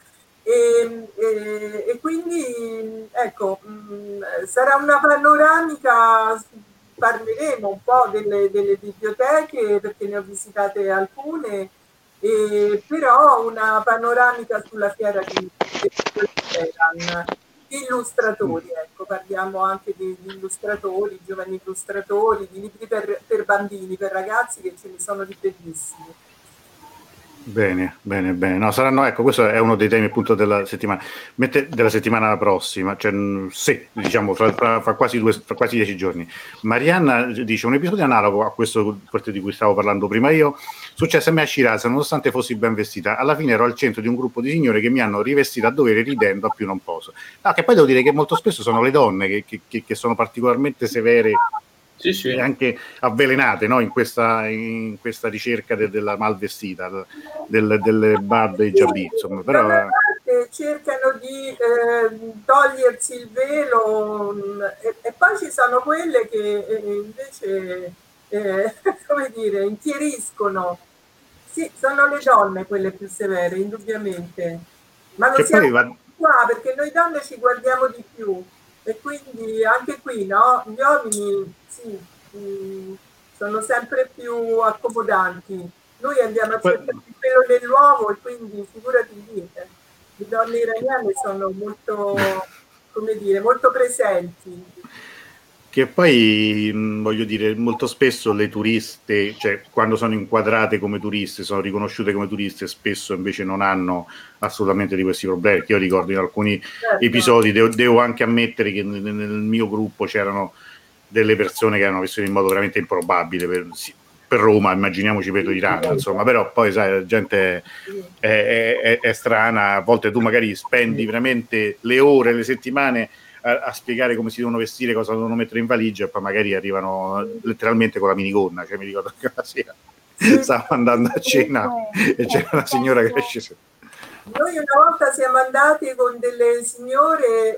E quindi, ecco, sarà una panoramica, parleremo un po' delle biblioteche, perché ne ho visitate alcune, però una panoramica sulla fiera di Teheran. Illustratori, ecco, parliamo anche di illustratori, giovani illustratori, di libri per bambini, per ragazzi, che ce ne sono di bellissimi. Bene. No, saranno, ecco, questo è uno dei temi appunto della settimana prossima, cioè, sì, diciamo fra quasi 10 giorni. Marianna dice: un episodio analogo a questo di cui stavo parlando prima io successe a me a Shiraz, nonostante fossi ben vestita. Alla fine ero al centro di un gruppo di signore che mi hanno rivestita a dovere, ridendo a più non posso. No, che poi devo dire che molto spesso sono le donne che sono particolarmente severe, sì, e anche avvelenate, no? in questa ricerca della malvestita, delle bad e jabbi, insomma. Però cercano di togliersi il velo, e poi ci sono quelle che invece come dire, infieriscono. Sì, sono le donne quelle più severe, indubbiamente, ma lo siamo qua perché noi donne ci guardiamo di più. E quindi anche qui, no? Gli uomini sì, sono sempre più accomodanti. Noi andiamo a cercare il pelo dell'uomo e quindi figurati lì. Le donne iraniane sono molto, come dire, molto presenti. Che poi, voglio dire, molto spesso le turiste, cioè quando sono inquadrate come turiste, sono riconosciute come turiste, spesso invece non hanno assolutamente di questi problemi. Io ricordo in alcuni episodi, devo anche ammettere che nel mio gruppo c'erano delle persone che erano vestite in modo veramente improbabile per Roma, immaginiamoci per l'Iran, insomma. Però poi sai, la gente è strana, a volte tu magari spendi veramente le ore, le settimane a spiegare come si devono vestire, cosa devono mettere in valigia, e poi magari arrivano letteralmente con la minigonna. Cioè, mi ricordo che la sera stavo andando a cena e c'era una signora che esce. Noi una volta siamo andati con delle signore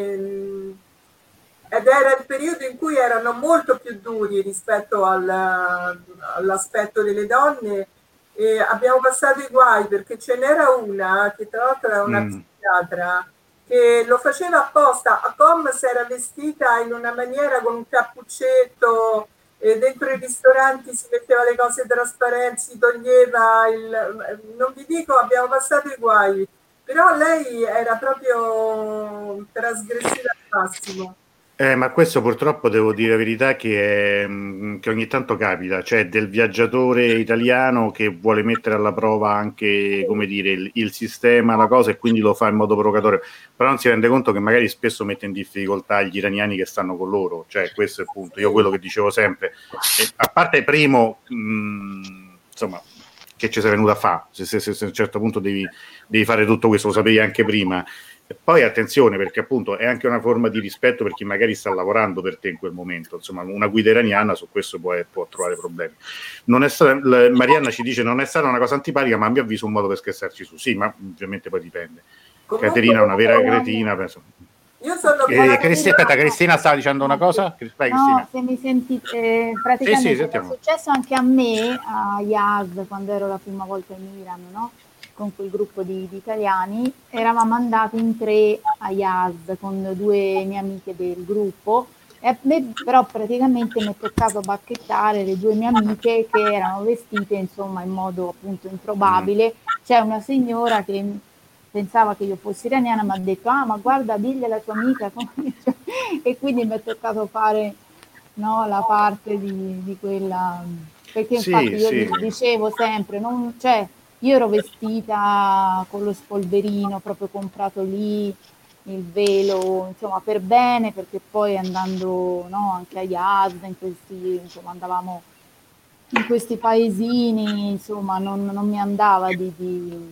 ed era il periodo in cui erano molto più duri rispetto all'aspetto delle donne, e abbiamo passato i guai perché ce n'era una che tra l'altro era una psichiatra che lo faceva apposta. A Com si era vestita in una maniera con un cappuccetto, e dentro i ristoranti si metteva le cose trasparenti, si toglieva non vi dico, abbiamo passato i guai, però lei era proprio trasgressiva al massimo. Ma questo purtroppo devo dire la verità che ogni tanto capita, cioè del viaggiatore italiano che vuole mettere alla prova anche, come dire, il sistema, la cosa, e quindi lo fa in modo provocatorio, però non si rende conto che magari spesso mette in difficoltà gli iraniani che stanno con loro, cioè questo è il punto. Io quello che dicevo sempre, a parte primo, insomma, che ci sei venuto a fare, se a un certo punto devi fare tutto questo, lo sapevi anche prima. E poi attenzione, perché appunto è anche una forma di rispetto per chi magari sta lavorando per te in quel momento. Insomma, una guida iraniana su questo può trovare problemi. Marianna ci dice: non è stata una cosa antipatica, ma a mio avviso un modo per scherzarci su. Sì, ma ovviamente poi dipende. Caterina è una vera cretina, penso. Io sono Cristina stava dicendo una cosa? Vai, no, se mi sentite, praticamente è successo anche a me a Yazd quando ero la prima volta in Iran, no? Con quel gruppo di italiani, eravamo andati in 3 a Yazd con 2 mie amiche del gruppo, e a me però praticamente mi è toccato bacchettare le 2 mie amiche che erano vestite insomma in modo appunto improbabile, c'è una signora che pensava che io fossi iraniana, mi ha detto ma guarda, digli alla tua amica e quindi mi è toccato fare, no, la parte di quella, perché infatti io gli dicevo sempre, cioè, io ero vestita con lo spolverino proprio comprato lì, il velo, insomma, per bene, perché poi andando, no, anche a Yazd, insomma, andavamo in questi paesini, insomma, non mi andava di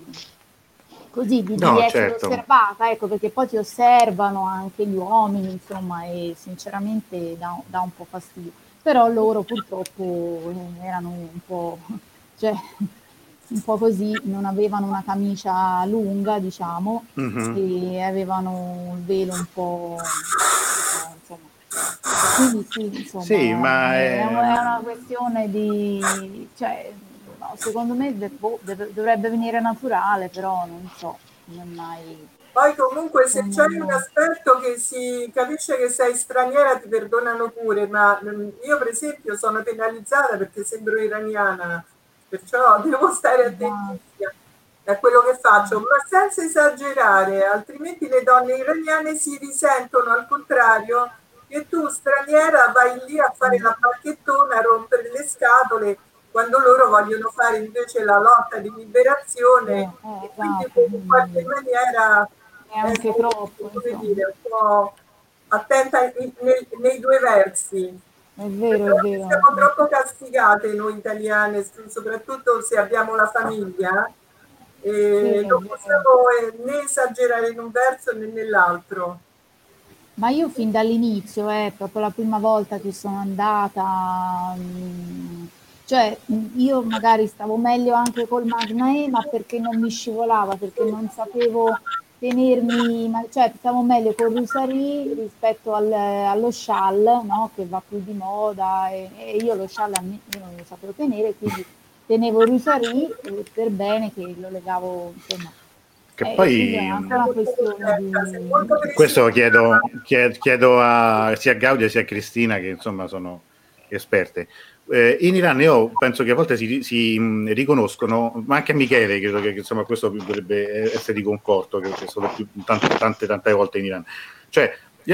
essere osservata, ecco, perché poi ti osservano anche gli uomini, insomma, e sinceramente dà un po' fastidio. Però loro purtroppo erano un po', cioè, un po' così, non avevano una camicia lunga, diciamo, e avevano il velo un po', insomma. Quindi sì, insomma, ma è una questione di, cioè, no, secondo me dovrebbe venire naturale, però non so, non mai. Poi comunque se c'è un aspetto che si capisce che sei straniera ti perdonano pure, ma io per esempio sono penalizzata perché sembro iraniana, perciò devo stare attentissima a quello che faccio, ma senza esagerare, altrimenti le donne iraniane si risentono al contrario che tu straniera vai lì a fare la bacchettona, a rompere le scatole, quando loro vogliono fare invece la lotta di liberazione e quindi in qualche maniera è anche troppo, come dire, un po' attenta nei due versi. È vero, è vero. Siamo troppo castigate noi italiane, soprattutto se abbiamo la famiglia, e non possiamo né esagerare in un verso né nell'altro. Ma io fin dall'inizio, proprio la prima volta che sono andata, cioè io magari stavo meglio anche col Magna E, ma perché non mi scivolava, perché non sapevo tenermi, cioè stavo meglio col Rusari rispetto allo sciall, no? Che va più di moda, e io lo sciall io non lo sapevo tenere, quindi tenevo il Rusari per bene che lo legavo, insomma. Che poi è anche una questione di... Questo chiedo sia a Gaudia sia a Cristina, che insomma sono esperte. In Iran io penso che a volte si riconoscono, ma anche a Michele credo che insomma questo dovrebbe essere di concordo, che sono più tante volte in Iran, cioè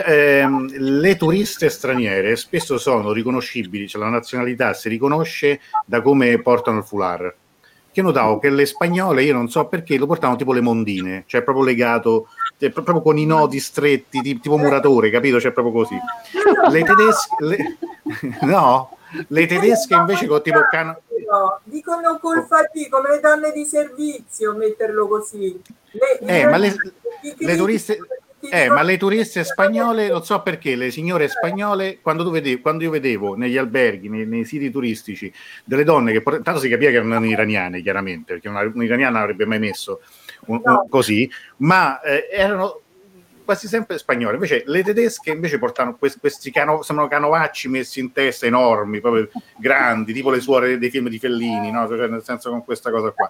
le turiste straniere spesso sono riconoscibili, cioè la nazionalità si riconosce da come portano il foulard. Che notavo che le spagnole, io non so perché, lo portavano tipo le mondine, cioè proprio legato, cioè proprio con i nodi stretti, tipo muratore, capito? Cioè proprio così. Le tedesche, no? Le tedesche invece con tipo dicono col fatì, come le donne di servizio, metterlo così. Ma le turiste... ma le turiste spagnole, non so perché, le signore spagnole, quando io vedevo negli alberghi, nei siti turistici, delle donne che tanto si capiva che erano iraniane, chiaramente, perché un'iraniana non avrebbe mai messo così, ma erano quasi sempre spagnole. Invece le tedesche invece portano questi sembrano canovacci messi in testa, enormi, proprio grandi, tipo le suore dei film di Fellini, no? Cioè, nel senso, con questa cosa qua.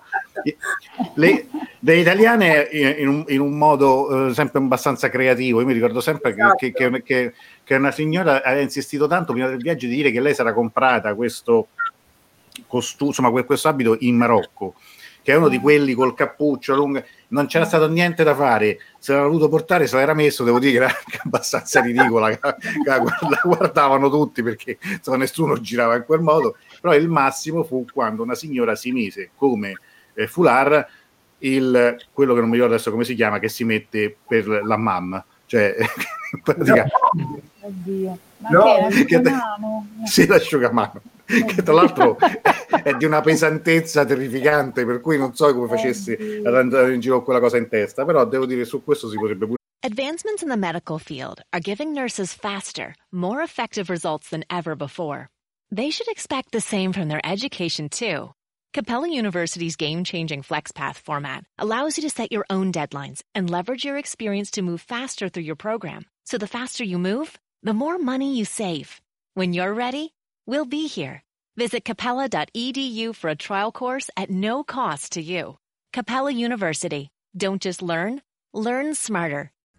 Le italiane in un modo sempre abbastanza creativo. Io mi ricordo sempre che una signora aveva insistito tanto prima del viaggio di dire che lei si era comprata questo costume, insomma questo abito in Marocco, che è uno di quelli col cappuccio lungo, non c'era stato niente da fare, se l'era voluto portare, se l'era messo, devo dire che era anche abbastanza ridicola, la guardavano tutti perché insomma, nessuno girava in quel modo, però il massimo fu quando una signora si mise come foulard quello che non mi ricordo adesso come si chiama, che si mette per la mamma, cioè in pratica... Oddio. Ma che l'asciugamano? Sì, l'asciugamano, che tra l'altro è di una pesantezza terrificante, per cui non so come facessi ad andare in giro con quella cosa in testa, però devo dire su questo si potrebbe pure... Advancements in the medical field are giving nurses faster, more effective results than ever before. They should expect the same from their education too. Capella University's game-changing FlexPath format allows you to set your own deadlines and leverage your experience to move faster through your program. So the faster you move, the more money you save. When you're ready, we'll be here. Visit capella.edu for a trial course at no cost to you. Capella University. Don't just learn smarter.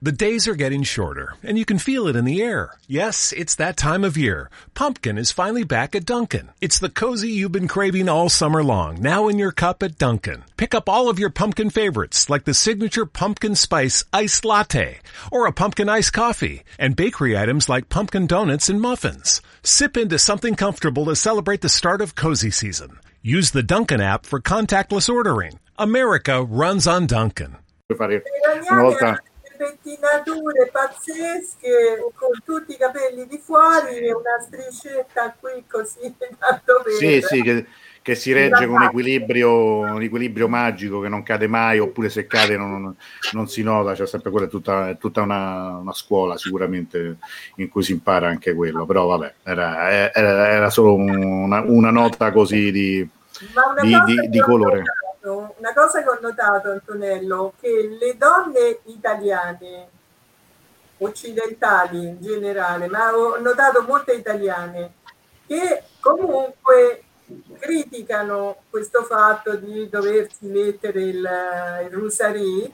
The days are getting shorter, and you can feel it in the air. Yes, it's that time of year. Pumpkin is finally back at Dunkin'. It's the cozy you've been craving all summer long, now in your cup at Dunkin'. Pick up all of your pumpkin favorites, like the signature pumpkin spice iced latte, or a pumpkin iced coffee, and bakery items like pumpkin donuts and muffins. Sip into something comfortable to celebrate the start of cozy season. Use the Dunkin' app for contactless ordering. America runs on Dunkin'. Una volta Pettinature pazzesche con tutti i capelli di fuori e una striscetta qui così tanto sì, che si regge con un equilibrio magico che non cade mai, oppure se cade non si nota. C'è sempre quella, è tutta una scuola sicuramente in cui si impara anche quello, però vabbè, era solo una nota così di colore. Una cosa che ho notato, Antonello, che le donne italiane, occidentali in generale, ma ho notato molte italiane, che comunque criticano questo fatto di doversi mettere il rosario,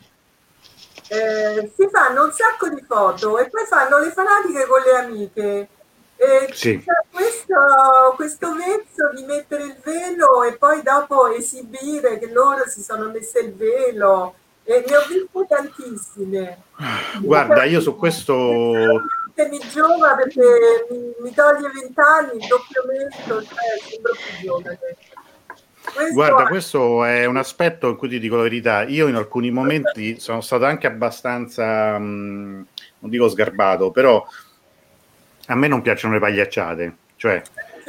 si fanno un sacco di foto e poi fanno le fanatiche con le amiche. Sì. Questo vezzo di mettere il velo e poi dopo esibire che loro si sono messe il velo, e ne ho viste tantissime. Guarda, io su questo mi giova perché mi toglie 20 anni, il doppio mezzo, sembro più giovane. Guarda, questo è un aspetto in cui ti dico la verità. Io in alcuni momenti sono stato anche abbastanza, non dico sgarbato, però a me non piacciono le pagliacciate, cioè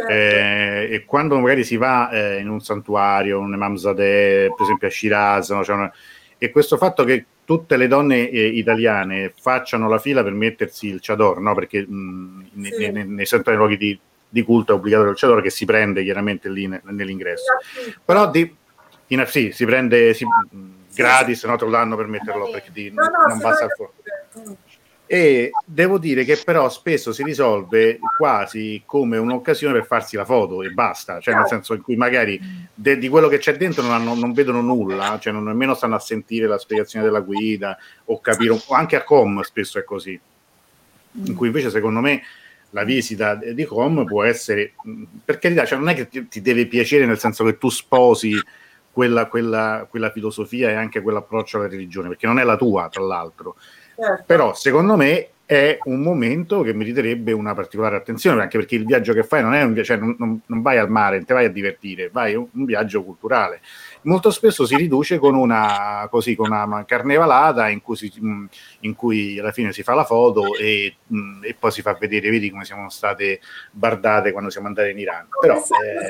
e quando magari si va in un santuario, un Imamzadeh, per esempio a Shiraz, no? E questo fatto che tutte le donne italiane facciano la fila per mettersi il chador, no? Perché nei santuari, luoghi di culto è obbligatorio il chador, che si prende chiaramente lì nell'ingresso, però si prende gratis, no? Te lo danno per metterlo, perché non basta il fuoco. E devo dire che però spesso si risolve quasi come un'occasione per farsi la foto e basta, cioè nel senso in cui magari di quello che c'è dentro non vedono nulla, cioè nemmeno stanno a sentire la spiegazione della guida o capire, o anche a Com spesso è così, in cui invece secondo me la visita di Com può essere, per carità, cioè non è che ti deve piacere nel senso che tu sposi quella filosofia e anche quell'approccio alla religione, perché non è la tua, tra l'altro. Però secondo me è un momento che meriterebbe una particolare attenzione, anche perché il viaggio che fai non è un viaggio, cioè non vai al mare, non ti vai a divertire, vai un viaggio culturale. Molto spesso si riduce con una carnevalata in cui alla fine si fa la foto e poi si fa vedere, vedi come siamo state bardate quando siamo andati in Iran. Però,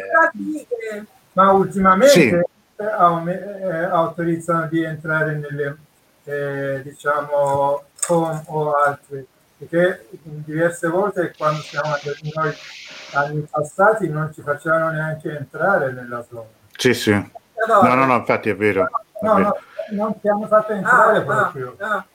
ma ultimamente autorizzano di entrare nelle diciamo Com o altri, perché diverse volte quando siamo andati noi anni passati non ci facevano neanche entrare nella zona. Sì. No, infatti è vero. No, non ti hanno fatto entrare proprio.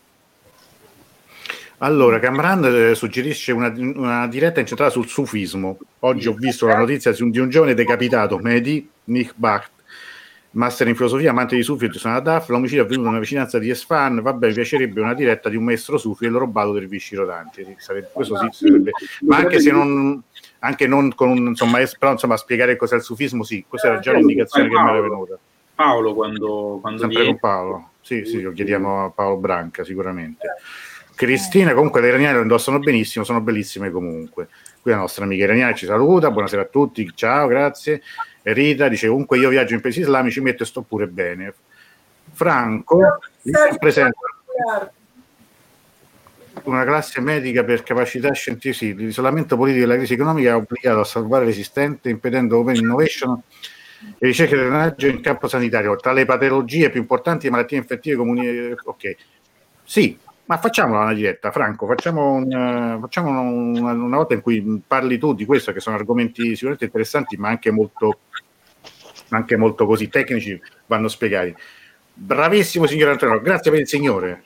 Allora, Camran suggerisce una diretta incentrata sul sufismo. Oggi ho visto la notizia di un giovane decapitato, Mehdi Mihbakht, master in filosofia, amante di Sufi e Giuseppe Daf. L'omicidio è avvenuto nella vicinanza di Esfahan. Vabbè, mi piacerebbe una diretta di un maestro Sufi e il rubato del Vichy rodanti. Questo sì, sarebbe, ma anche se non con però insomma spiegare cos'è il sufismo, sì, questa era già l'indicazione che mi era venuta. Paolo quando sempre con Paolo, sì, lo chiediamo a Paolo Branca sicuramente. Cristina, comunque le iraniane lo indossano benissimo, sono bellissime comunque. Qui la nostra amica iraniana ci saluta, buonasera a tutti, ciao, grazie. Rita dice comunque io viaggio in paesi islamici, metto e sto pure bene. Franco presenta una classe medica per capacità scientifiche. L'isolamento politico e la crisi economica ha obbligato a salvare l'esistente, impedendo open innovation e ricerca di drenaggio in campo sanitario. Tra le patologie più importanti, malattie infettive comuni. Ok, sì, ma facciamola una diretta, Franco, facciamo una volta in cui parli tu di questo, che sono argomenti sicuramente interessanti, ma anche molto così tecnici, vanno spiegati. Bravissimo signor Antonio, grazie per il signore.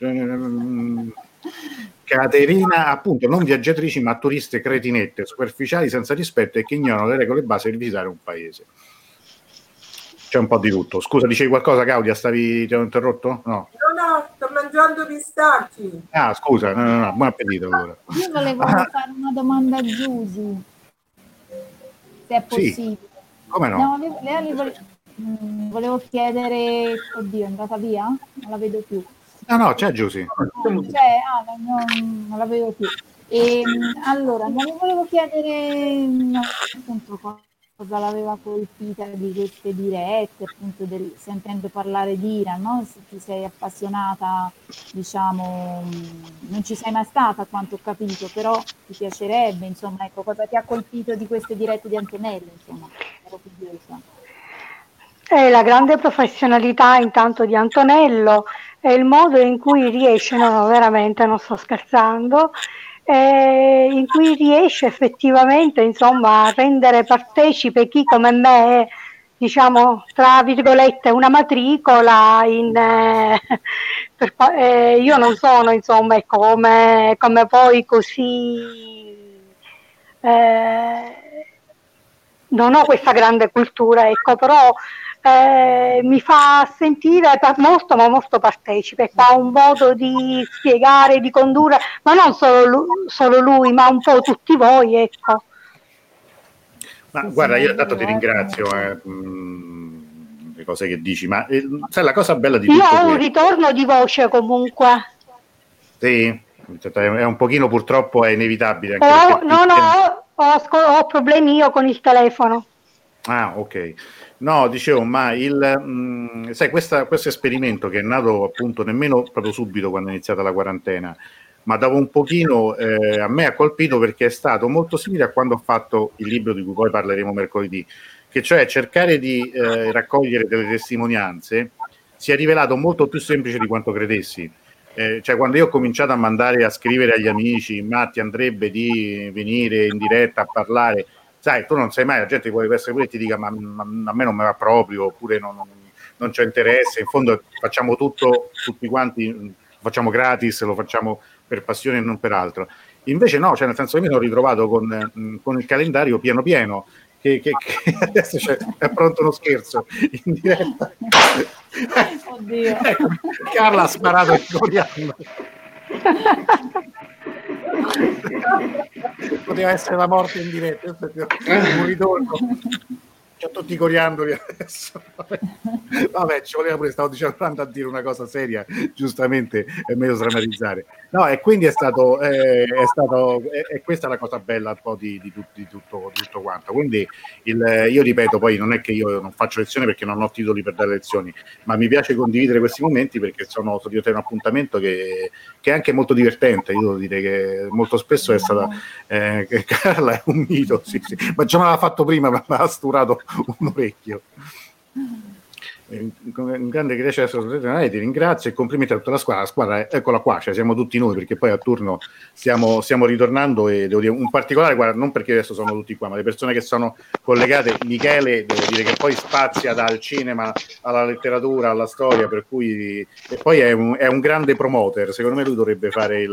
Caterina, appunto, non viaggiatrici ma turiste cretinette, superficiali, senza rispetto e che ignorano le regole base per visitare un paese. C'è un po' di tutto. Scusa, dicevi qualcosa, Claudia? Ti ho interrotto? No, sto mandando mangiando pistacchi. Ah, scusa, no, buon appetito allora. Io volevo fare una domanda a Giusy, se è possibile. Sì, come no? Volevo chiedere, oddio, è andata via? Non la vedo più. No, c'è Giusy. Non la vedo più. Allora, mi volevo chiedere appunto cosa l'aveva colpita di queste dirette, appunto sentendo parlare di Iran, no? Se ti sei appassionata, diciamo, non ci sei mai stata a quanto ho capito, però ti piacerebbe, insomma, ecco, cosa ti ha colpito di queste dirette di Antonello, insomma, ero curiosa. La grande professionalità intanto di Antonello e il modo in cui riesce, no, veramente non sto scherzando, in cui riesce effettivamente, insomma, a rendere partecipe chi come me è, diciamo, tra virgolette, una matricola io non sono, insomma, ecco, come poi così non ho questa grande cultura, ecco, però mi fa sentire molto ma molto partecipe, ha un modo di spiegare, di condurre, ma non solo lui, ma un po' tutti voi, ecco. Ma guarda, io tanto ti ringrazio le cose che dici, ma sai la cosa bella di tutto io ho un ritorno di voce comunque. Sì, è un pochino, purtroppo è inevitabile anche ho problemi io con il telefono. Ah, ok. No, dicevo, ma sai, questo esperimento che è nato appunto nemmeno proprio subito quando è iniziata la quarantena, ma dopo un pochino a me ha colpito perché è stato molto simile a quando ho fatto il libro di cui poi parleremo mercoledì, che cioè cercare di raccogliere delle testimonianze si è rivelato molto più semplice di quanto credessi. Cioè, quando io ho cominciato a scrivere agli amici, ma ti andrebbe di venire in diretta a parlare, sai, tu non sai mai, la gente può essere pure e ti dica ma a me non mi va proprio, oppure non c'è interesse, in fondo facciamo tutto, tutti quanti, lo facciamo gratis, lo facciamo per passione e non per altro. Invece no, cioè nel senso che mi sono ritrovato con il calendario pieno, che adesso è pronto uno scherzo in diretta. Oddio. Ecco, Carla ha sparato il coriandolo. Poteva essere la morte in diretta, un ritorno. C'ho tutti i coriandoli adesso. Vabbè, ci voleva pure, stavo provando a dire una cosa seria, giustamente è meglio drammatizzare. No, e quindi è questa la cosa bella un po' di tutto quanto. Quindi io ripeto, poi non è che io non faccio lezioni perché non ho titoli per dare lezioni, ma mi piace condividere questi momenti perché sono di un appuntamento che è anche molto divertente. Io devo dire che molto spesso è stata che Carla è un mito, sì, ma già me l'ha fatto prima, ma mi ha sturato un orecchio. Un grande Grecia, ti ringrazio e complimenti a tutta la squadra, eccola qua, cioè siamo tutti noi, perché poi a turno stiamo ritornando e devo dire un particolare, guarda, non perché adesso sono tutti qua, ma le persone che sono collegate. Michele, devo dire che poi spazia dal cinema alla letteratura, alla storia, per cui e poi è un grande promoter, secondo me lui dovrebbe fare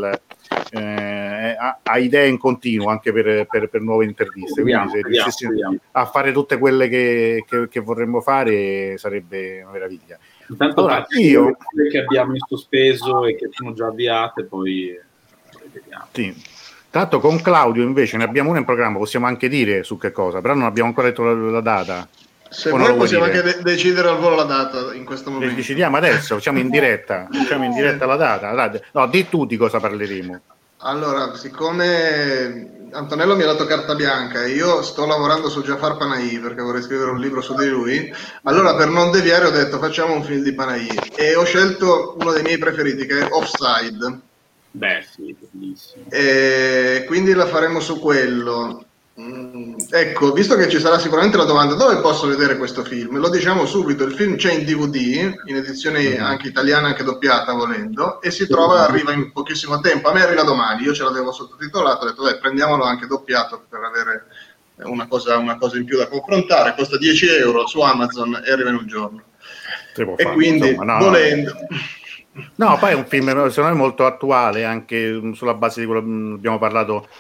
ha idee in continuo anche per nuove interviste, quindi se riuscissimo a fare tutte quelle che vorremmo fare sarebbe una meraviglia. Intanto allora, io che abbiamo in sospeso e che sono già avviate, poi vediamo. Sì. Tanto con Claudio invece ne abbiamo una in programma, possiamo anche dire su che cosa, però non abbiamo ancora detto la data. Se vuoi possiamo anche decidere al volo la data in questo momento. Decidiamo adesso, facciamo in diretta la data. No, di tu di cosa parleremo. Allora, siccome Antonello mi ha dato carta bianca e io sto lavorando su Jafar Panahi perché vorrei scrivere un libro su di lui, allora per non deviare ho detto facciamo un film di Panahi e ho scelto uno dei miei preferiti che è Offside. Beh sì, bellissimo. E quindi la faremo su quello. Ecco, visto che ci sarà sicuramente la domanda dove posso vedere questo film, lo diciamo subito, il film c'è in DVD, in edizione anche italiana, anche doppiata volendo, e si trova, arriva in pochissimo tempo, a me arriva domani, io ce l'avevo sottotitolato, ho detto dai, prendiamolo anche doppiato per avere una cosa in più da confrontare, costa 10 euro su Amazon e arriva in un giorno. E quindi, volendo... No, poi è un film secondo me molto attuale, anche sulla base di quello abbiamo parlato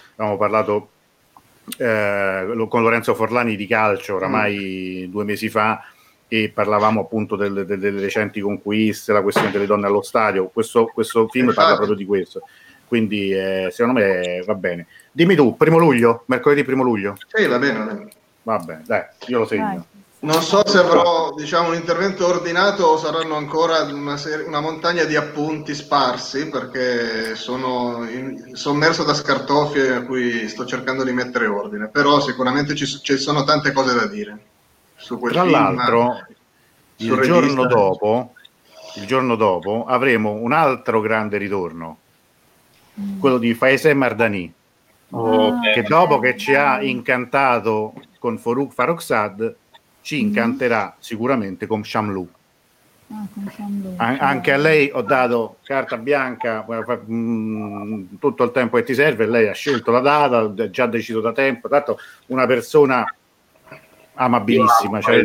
con Lorenzo Forlani di calcio oramai 2 mesi fa, e parlavamo appunto delle recenti conquiste, la questione delle donne allo stadio. Questo film parla proprio di questo, quindi secondo me va bene. Dimmi tu, 1 luglio? Mercoledì 1 luglio? Sì, va bene. Va bene, dai, io lo segno. Non so se avrò, diciamo, un intervento ordinato o saranno ancora una montagna di appunti sparsi, perché sono sommerso da scartoffie a cui sto cercando di mettere ordine, però sicuramente ci sono tante cose da dire su quel Tra film. l'altro, il giorno dopo avremo un altro grande ritorno, quello di Faisal Mardani, che dopo che ci ha incantato con Farrokhzad ci incanterà sicuramente con Shamlou. Anche a lei ho dato carta bianca, tutto il tempo che ti serve, lei ha scelto la data, già deciso da tempo, tanto una persona amabilissima, cioè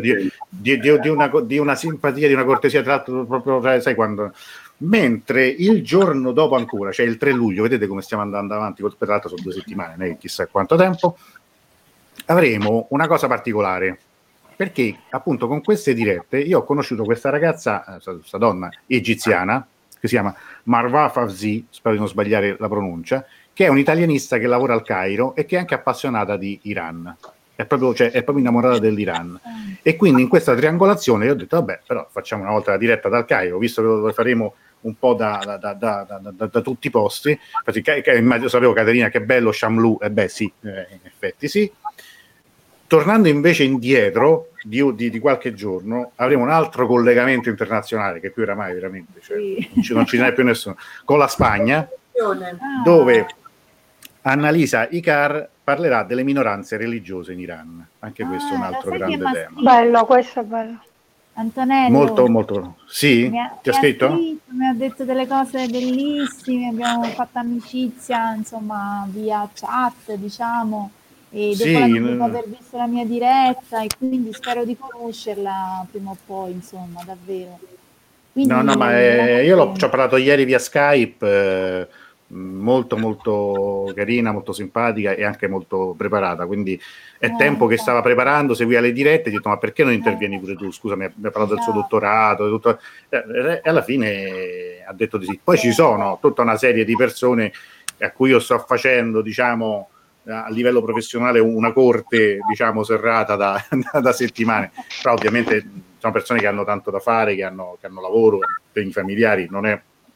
di una simpatia, di una cortesia, tra l'altro proprio, sai quando... Mentre il giorno dopo ancora, cioè il 3 luglio, vedete come stiamo andando avanti, tra l'altro sono 2 settimane, non è chissà quanto tempo, avremo una cosa particolare, perché appunto con queste dirette io ho conosciuto questa ragazza, questa donna egiziana, che si chiama Marwa Fawzi, spero di non sbagliare la pronuncia, che è un'italianista che lavora al Cairo e che è anche appassionata di Iran, è proprio innamorata dell'Iran, e quindi in questa triangolazione io ho detto vabbè, però facciamo una volta la diretta dal Cairo, visto che lo faremo un po' da tutti i posti. Io sapevo, Caterina, che bello Shamlou, sì, in effetti sì. Tornando invece indietro di qualche giorno, avremo un altro collegamento internazionale, che qui oramai veramente non ci n'è più nessuno, con la Spagna, dove Annalisa Icar parlerà delle minoranze religiose in Iran. Anche questo è un altro grande tema. Bello, questo è bello. Antonello, molto. Sì? Ti ha scritto? Mi ha detto delle cose bellissime, abbiamo fatto amicizia, insomma, via chat, diciamo, e dopo aver visto la mia diretta, e quindi spero di conoscerla prima o poi, insomma, davvero. Quindi, ma io ci ho parlato ieri via Skype, molto carina, molto simpatica e anche molto preparata, quindi è tempo che stava preparando, seguiva le dirette, ho detto ma perché non intervieni pure tu, scusami, mi ha parlato del suo dottorato tutto, e alla fine ha detto di sì. Poi ci sono tutta una serie di persone a cui io sto facendo, diciamo, a livello professionale una corte, diciamo, serrata da settimane, però ovviamente sono persone che hanno tanto da fare, che hanno lavoro, impegni familiari, non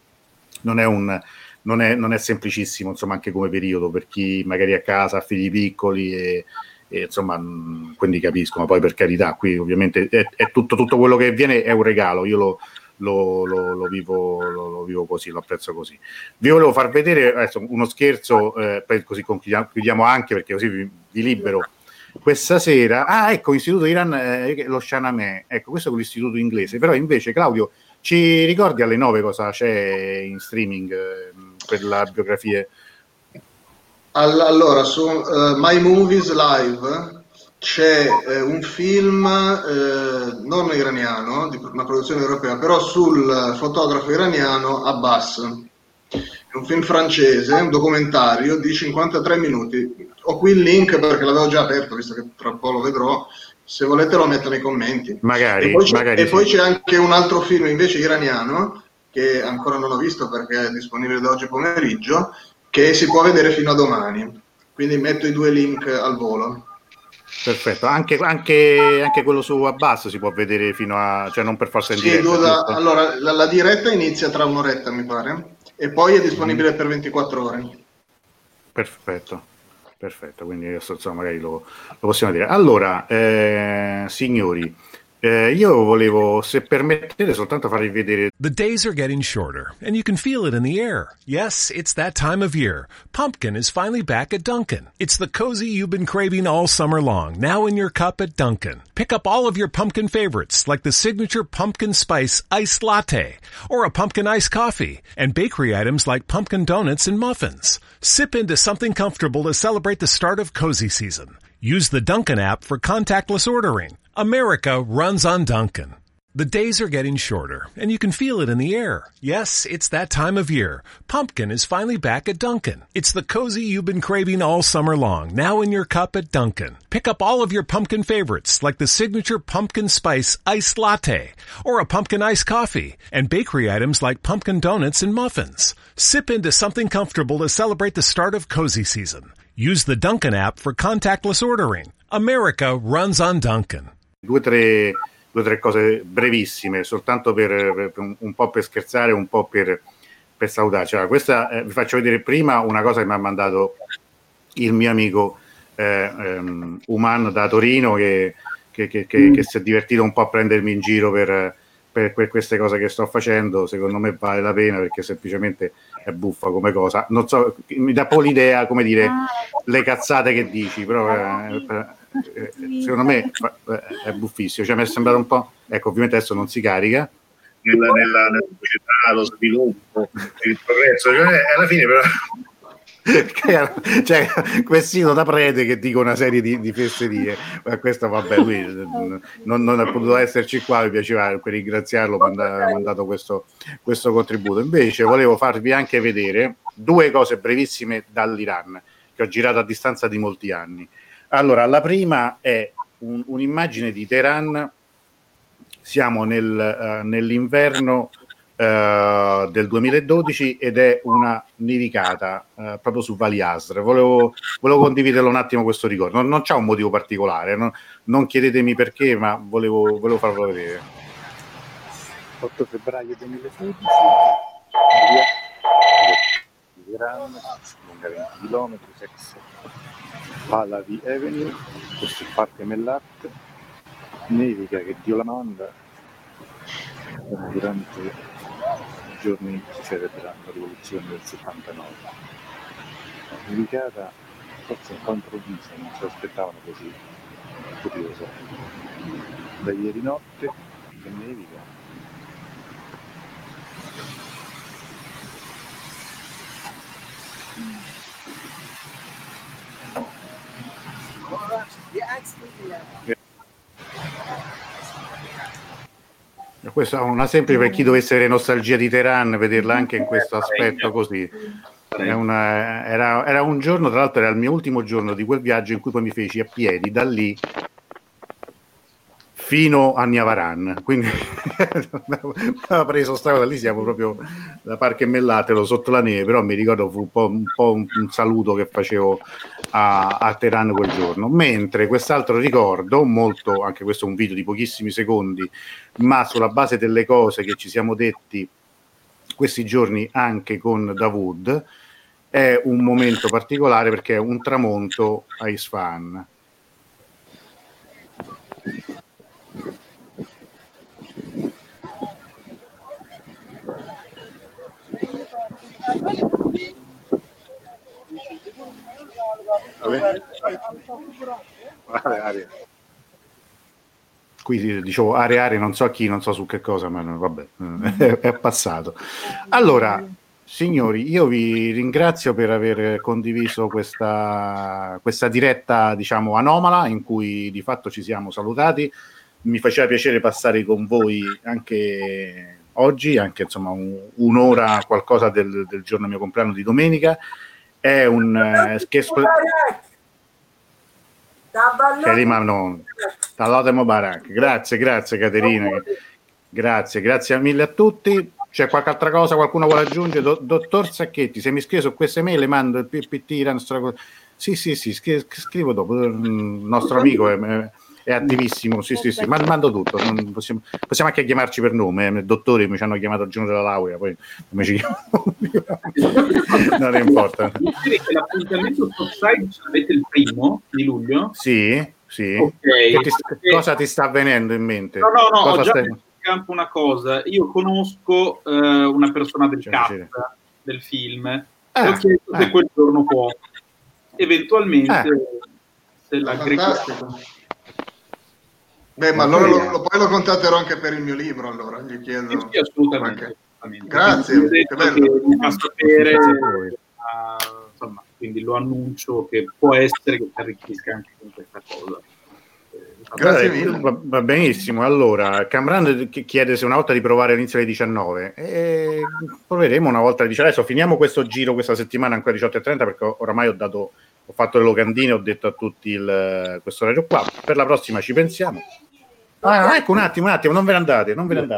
è semplicissimo, insomma, anche come periodo per chi magari a casa ha figli piccoli e insomma, quindi capisco, ma poi per carità, qui ovviamente è tutto quello che viene è un regalo, io lo vivo così, lo apprezzo così. Vi volevo far vedere adesso uno scherzo, poi così chiudiamo anche, perché così vi libero. Questa sera, ecco, Istituto Iran, lo Shahnameh, ecco, questo è l'istituto inglese, però invece Claudio, ci ricordi alle 9 cosa c'è in streaming per la biografia? Allora, su My Movies Live c'è un film non iraniano, di una produzione europea, però sul fotografo iraniano Abbas. È un film francese, un documentario di 53 minuti. Ho qui il link perché l'avevo già aperto, visto che tra un po' lo vedrò. Se volete lo metto nei commenti. Magari. Poi c'è anche un altro film invece iraniano, che ancora non ho visto perché è disponibile da oggi pomeriggio, che si può vedere fino a domani. Quindi metto i 2 link al volo. Perfetto, anche quello su Abbas si può vedere fino a, cioè non per forza in diretta. Allora, la diretta inizia tra un'oretta, mi pare, e poi è disponibile per 24 ore. Perfetto, quindi adesso insomma magari lo possiamo dire. Allora, signori, io volevo, se permettete, soltanto farvi vedere. The days are getting shorter, and you can feel it in the air. Yes, it's that time of year. Pumpkin is finally back at Dunkin'. It's the cozy you've been craving all summer long, now in your cup at Dunkin'. Pick up all of your pumpkin favorites, like the signature pumpkin spice iced latte, or a pumpkin iced coffee, and bakery items like pumpkin donuts and muffins. Sip into something comfortable to celebrate the start of cozy season. Use the Dunkin' app for contactless ordering. America runs on Dunkin'. The days are getting shorter, and you can feel it in the air. Yes, it's that time of year. Pumpkin is finally back at Dunkin'. It's the cozy you've been craving all summer long, now in your cup at Dunkin'. Pick up all of your pumpkin favorites, like the signature pumpkin spice iced latte, or a pumpkin iced coffee, and bakery items like pumpkin donuts and muffins. Sip into something comfortable to celebrate the start of cozy season. Use the Dunkin' app for contactless ordering. America runs on Dunkin'. Due o tre cose brevissime, soltanto per un po' per scherzare, un po' per salutarci. Allora, questa vi faccio vedere prima una cosa che mi ha mandato il mio amico Uman da Torino, che si è divertito un po' a prendermi in giro per queste cose che sto facendo. Secondo me vale la pena, perché semplicemente è buffa come cosa. Non so, mi dà poi l'idea, come dire, le cazzate che dici, però secondo me è buffissimo. Cioè, mi è sembrato un po', ecco, ovviamente adesso non si carica nella società, lo sviluppo, il progresso, cioè, alla fine però cioè, questino da prete che dico una serie di fesserie, ma questo vabbè, lui non è potuto esserci qua, mi piaceva per ringraziarlo, mi ha mandato questo contributo. Invece volevo farvi anche vedere due cose brevissime dall'Iran che ho girato a distanza di molti anni. Allora, la prima è un'immagine di Teheran. Siamo nell'inverno del 2012 ed è una nevicata proprio su Vali Asr. Volevo condividerlo un attimo questo ricordo. Non c'ha un motivo particolare, non chiedetemi perché, ma volevo farvelo vedere. 8 febbraio 2012, Teheran, lunga 20 km, Pahlavi Avenue, questo è il Parque Mellat, nevica che Dio la manda. Durante i giorni in cui celebra la rivoluzione del 79. La nevicata forse un po' improvvisa, non si aspettavano così, curioso. Da ieri notte che nevica. Questa è una semplice, per chi dovesse avere nostalgia di Teheran, vederla anche in questo aspetto così. Era un giorno, tra l'altro era il mio ultimo giorno di quel viaggio, in cui poi mi feci a piedi da lì fino a Niavaran, quindi aveva preso strada da lì, siamo proprio da Parque Mellatelo sotto la neve, però mi ricordo fu un po' un saluto che facevo a Teheran quel giorno. Mentre quest'altro ricordo, molto, anche questo è un video di pochissimi secondi, ma sulla base delle cose che ci siamo detti questi giorni anche con Davud, è un momento particolare perché è un tramonto a Isfahan. Qui dicevo aree, non so chi, non so su che cosa, ma vabbè, è passato. Allora, signori, io vi ringrazio per aver condiviso questa diretta, diciamo, anomala, in cui di fatto ci siamo salutati. Mi faceva piacere passare con voi anche oggi, anche insomma un'ora, qualcosa del giorno mio compleanno di domenica. È un scherzo. Grazie Caterina, grazie mille a tutti. C'è qualche altra cosa, qualcuno vuole aggiungere? Dottor Sacchetti, se mi scrive su queste mail le mando il PPT, sì, scrivo dopo. Il nostro amico è attivissimo, sì, ma mando tutto. Possiamo anche chiamarci per nome, dottori mi ci hanno chiamato il giorno della laurea, poi come ci chiamano non importa. L'appuntamento Topside avete il 1 di luglio? Sì. Okay. Cosa ti sta avvenendo in mente? No, ho già messo in campo una cosa. Io conosco una persona del cast del film e ho chiesto se quel giorno può eventualmente se fantastico. Beh, ma allora poi lo contatterò anche per il mio libro, allora gli chiedo. Sì, assolutamente. Grazie, che bello. Mi fa sapere, insomma, quindi lo annuncio che può essere che ti arricchisca anche con questa cosa. Grazie mille. Va benissimo. Allora, Camran chiede se una volta di provare all'inizio alle 19. Proveremo una volta alle 19. Adesso finiamo questo giro questa settimana ancora alle 18:30, perché oramai ho fatto le locandine, ho detto a tutti questo orario qua. Per la prossima ci pensiamo. Ecco, un attimo, non ve ne andate.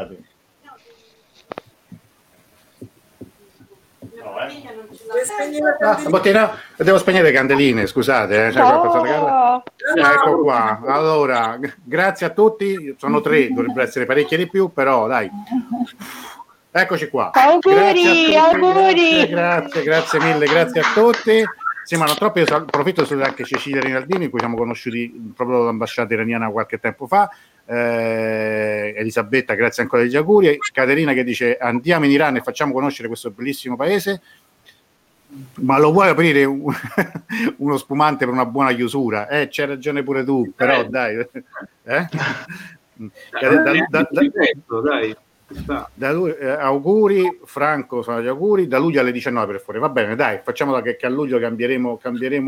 Devo spegnere le candeline, scusate. Ecco qua. Allora, grazie a tutti. Sono 3, dovrebbero essere parecchie di più, però dai. Eccoci qua. Auguri. Grazie mille, grazie a tutti. Sì, ma non troppo. Io approfitto di salutare anche Cecilia Rinaldini, in cui siamo conosciuti proprio dall'ambasciata iraniana qualche tempo fa. Elisabetta, grazie ancora degli auguri. Caterina che dice: andiamo in Iran e facciamo conoscere questo bellissimo paese. Ma lo vuoi aprire uno spumante per una buona chiusura? C'hai ragione pure tu, però dai. Da lui, auguri Franco, sono gli auguri. Da luglio alle 19, per favore. Va bene, dai, facciamo che a luglio cambieremo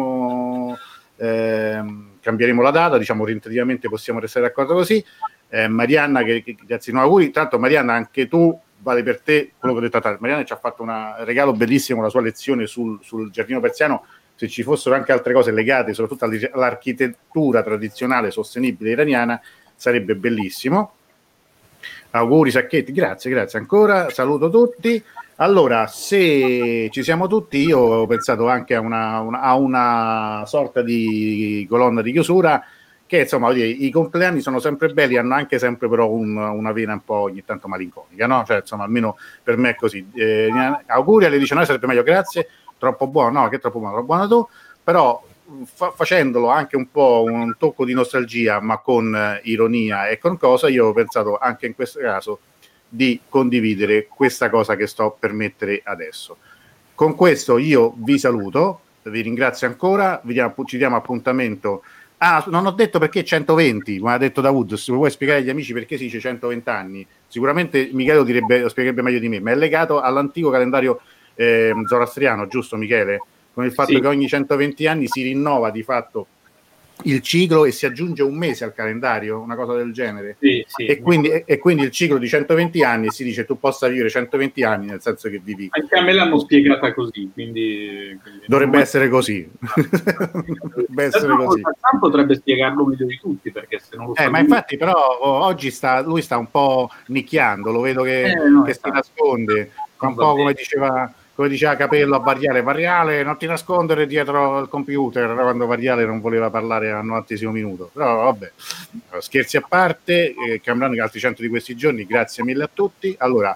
la data, diciamo, orientativamente possiamo restare d'accordo così. Marianna che grazie, no, auguri. Tanto Marianna, anche tu, vale per te quello che ho detto a te. Marianna ci ha fatto un regalo bellissimo, la sua lezione sul giardino persiano. Se ci fossero anche altre cose legate soprattutto all'architettura tradizionale sostenibile iraniana, sarebbe bellissimo. Auguri Sacchetti, grazie ancora, saluto tutti. Allora, se ci siamo tutti, io ho pensato anche a una sorta di colonna di chiusura, che insomma, i compleanni sono sempre belli, hanno anche sempre però una vena un po' ogni tanto malinconica, no? Cioè, insomma, almeno per me è così. Auguri alle 19 sarebbe meglio, grazie. Troppo buono, no? Che troppo buono tu, però facendolo anche un po' un tocco di nostalgia, ma con ironia e con cosa, io ho pensato anche in questo caso di condividere questa cosa che sto per mettere adesso. Con questo io vi saluto, vi ringrazio ancora, ci diamo appuntamento. Non ho detto perché 120, come ha detto Dawood. Se vuoi spiegare agli amici perché si dice 120 anni, sicuramente Michele lo spiegherebbe meglio di me, ma è legato all'antico calendario zoroastriano, giusto Michele? Con il fatto che ogni 120 anni si rinnova di fatto il ciclo e si aggiunge un mese al calendario, una cosa del genere. Sì. E quindi il ciclo di 120 anni si dice tu possa vivere 120 anni, nel senso che vivi. Anche a me l'hanno spiegata così, quindi dovrebbe essere così. Dovrebbe essere così. Potrebbe spiegarlo meglio di tutti, perché se non lo sa ma infatti però oggi lui sta un po' nicchiando, lo vedo che si nasconde, un po' come diceva Capello a Variale, non ti nascondere dietro il computer, quando Variale non voleva parlare al 90° minuto. Però vabbè, scherzi a parte, Camran altri 100 di questi giorni, grazie mille a tutti. Allora,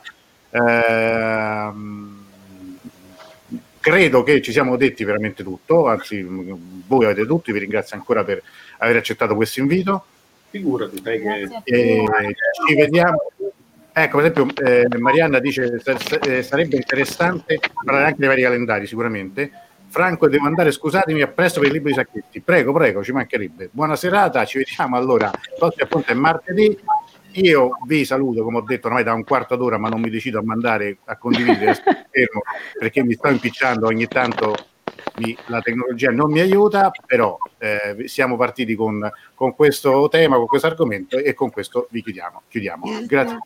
credo che ci siamo detti veramente tutto, anzi voi avete tutto, vi ringrazio ancora per aver accettato questo invito. Figurati, ci vediamo. Ecco, per esempio, Marianna dice sarebbe interessante parlare anche dei vari calendari, sicuramente. Franco, devo andare, scusatemi, a presto per il libro di Sacchetti. Prego, ci mancherebbe. Buona serata, ci vediamo allora. Il prossimo appunto è martedì. Io vi saluto, come ho detto, ormai da un quarto d'ora, ma non mi decido a mandare a condividere schermo perché mi sto impicciando ogni tanto. La tecnologia non mi aiuta, però siamo partiti con questo tema, con questo argomento, e con questo vi chiudiamo. Grazie.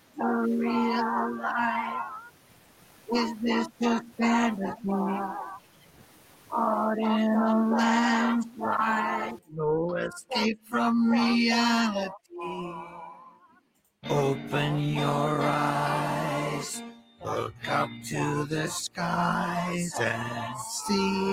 Is this just fantasy? Caught in a landslide, no escape from reality. Open your eyes, look up to the skies and see.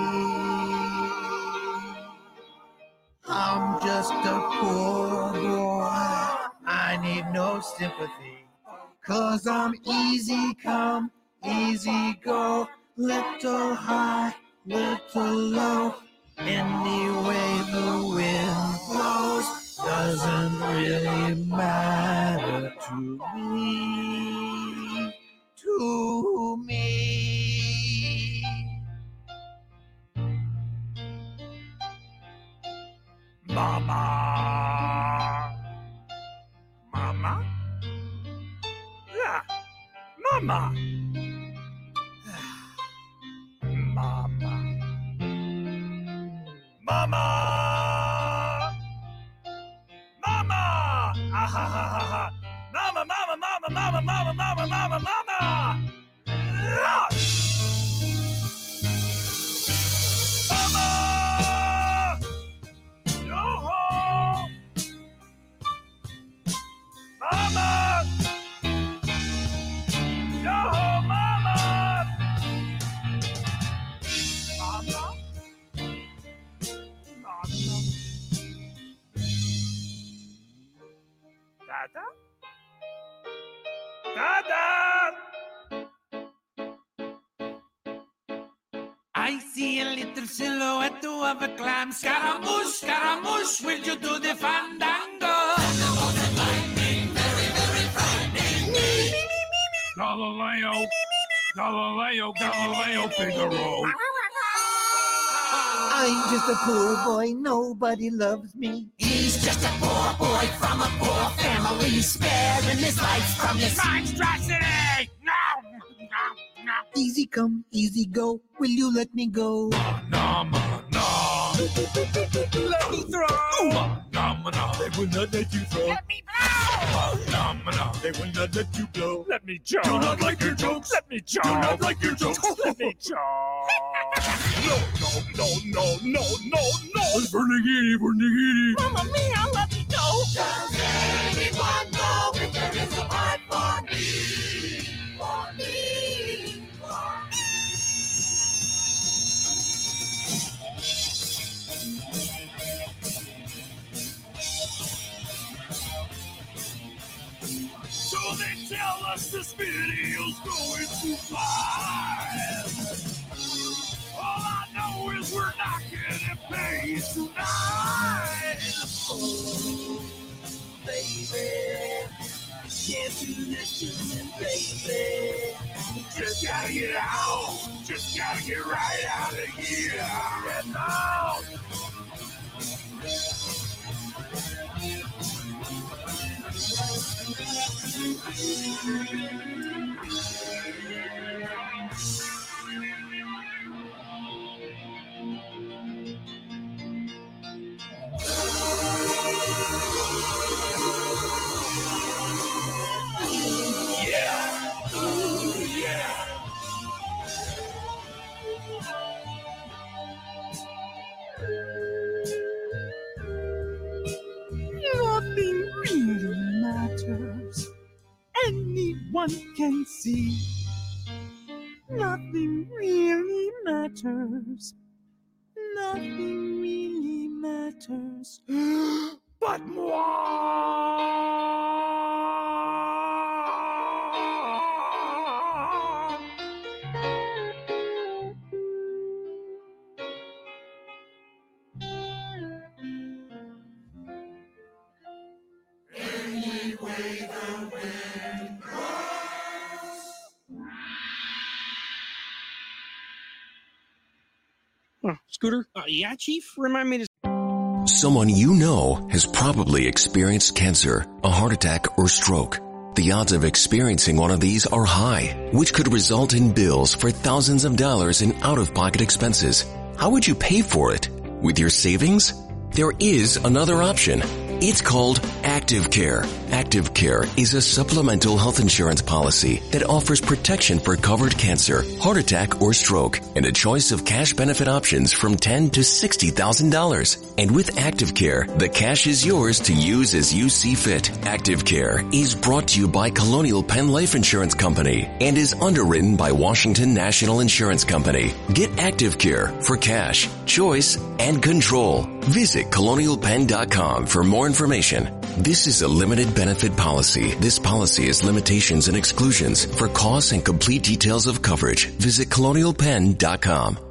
I'm just a poor boy, I need no sympathy, 'cause I'm easy come, easy go, little high, little low. Any way the wind blows doesn't really matter to me. To me. Mama. Mama? Yeah. Mama. Mama. Mama. Mama. I see a little silhouette of a clam. Scaramouche, Scaramouche, will you do the fandango? Thunderbolt and lightning, very, very frightening. Galileo, Galileo, Galileo, Figaro. I'm just a poor boy, nobody loves me. He's just a poor boy from a poor family, sparing his life from this monstrosity. No, no, no. Easy come, easy go, will you let me go? No. Let me throw. No, they will not let you throw. Let me blow. No, they will not let you blow. Let me joke. Do not like your jokes. Let me joke. Do not like your jokes. Let me joke. No. Vernigini. Mamma mia, let me go. Does anyone know if there is a part for me? For me. So they tell us this video's going too fast. All I know is we're not getting paid tonight. Oh, baby, can't do this to me, baby. Just gotta get out. Just gotta get right out of here. Get out. Nothing really matters. Anyone can see. Nothing really matters. Nothing really matters. But Scooter? Yeah, Chief? Remind me to... Someone you know has probably experienced cancer, a heart attack, or stroke. The odds of experiencing one of these are high, which could result in bills for thousands of dollars in out-of-pocket expenses. How would you pay for it? With your savings? There is another option. It's called Active Care. Active Care is a supplemental health insurance policy that offers protection for covered cancer, heart attack, or stroke, and a choice of cash benefit options from $10,000 to $60,000. And with Active Care, the cash is yours to use as you see fit. Active Care is brought to you by Colonial Penn Life Insurance Company and is underwritten by Washington National Insurance Company. Get Active Care for cash, choice, and control. Visit colonialpenn.com for more information. This is a limited benefit policy. This policy has limitations and exclusions. For costs and complete details of coverage, visit colonialpenn.com.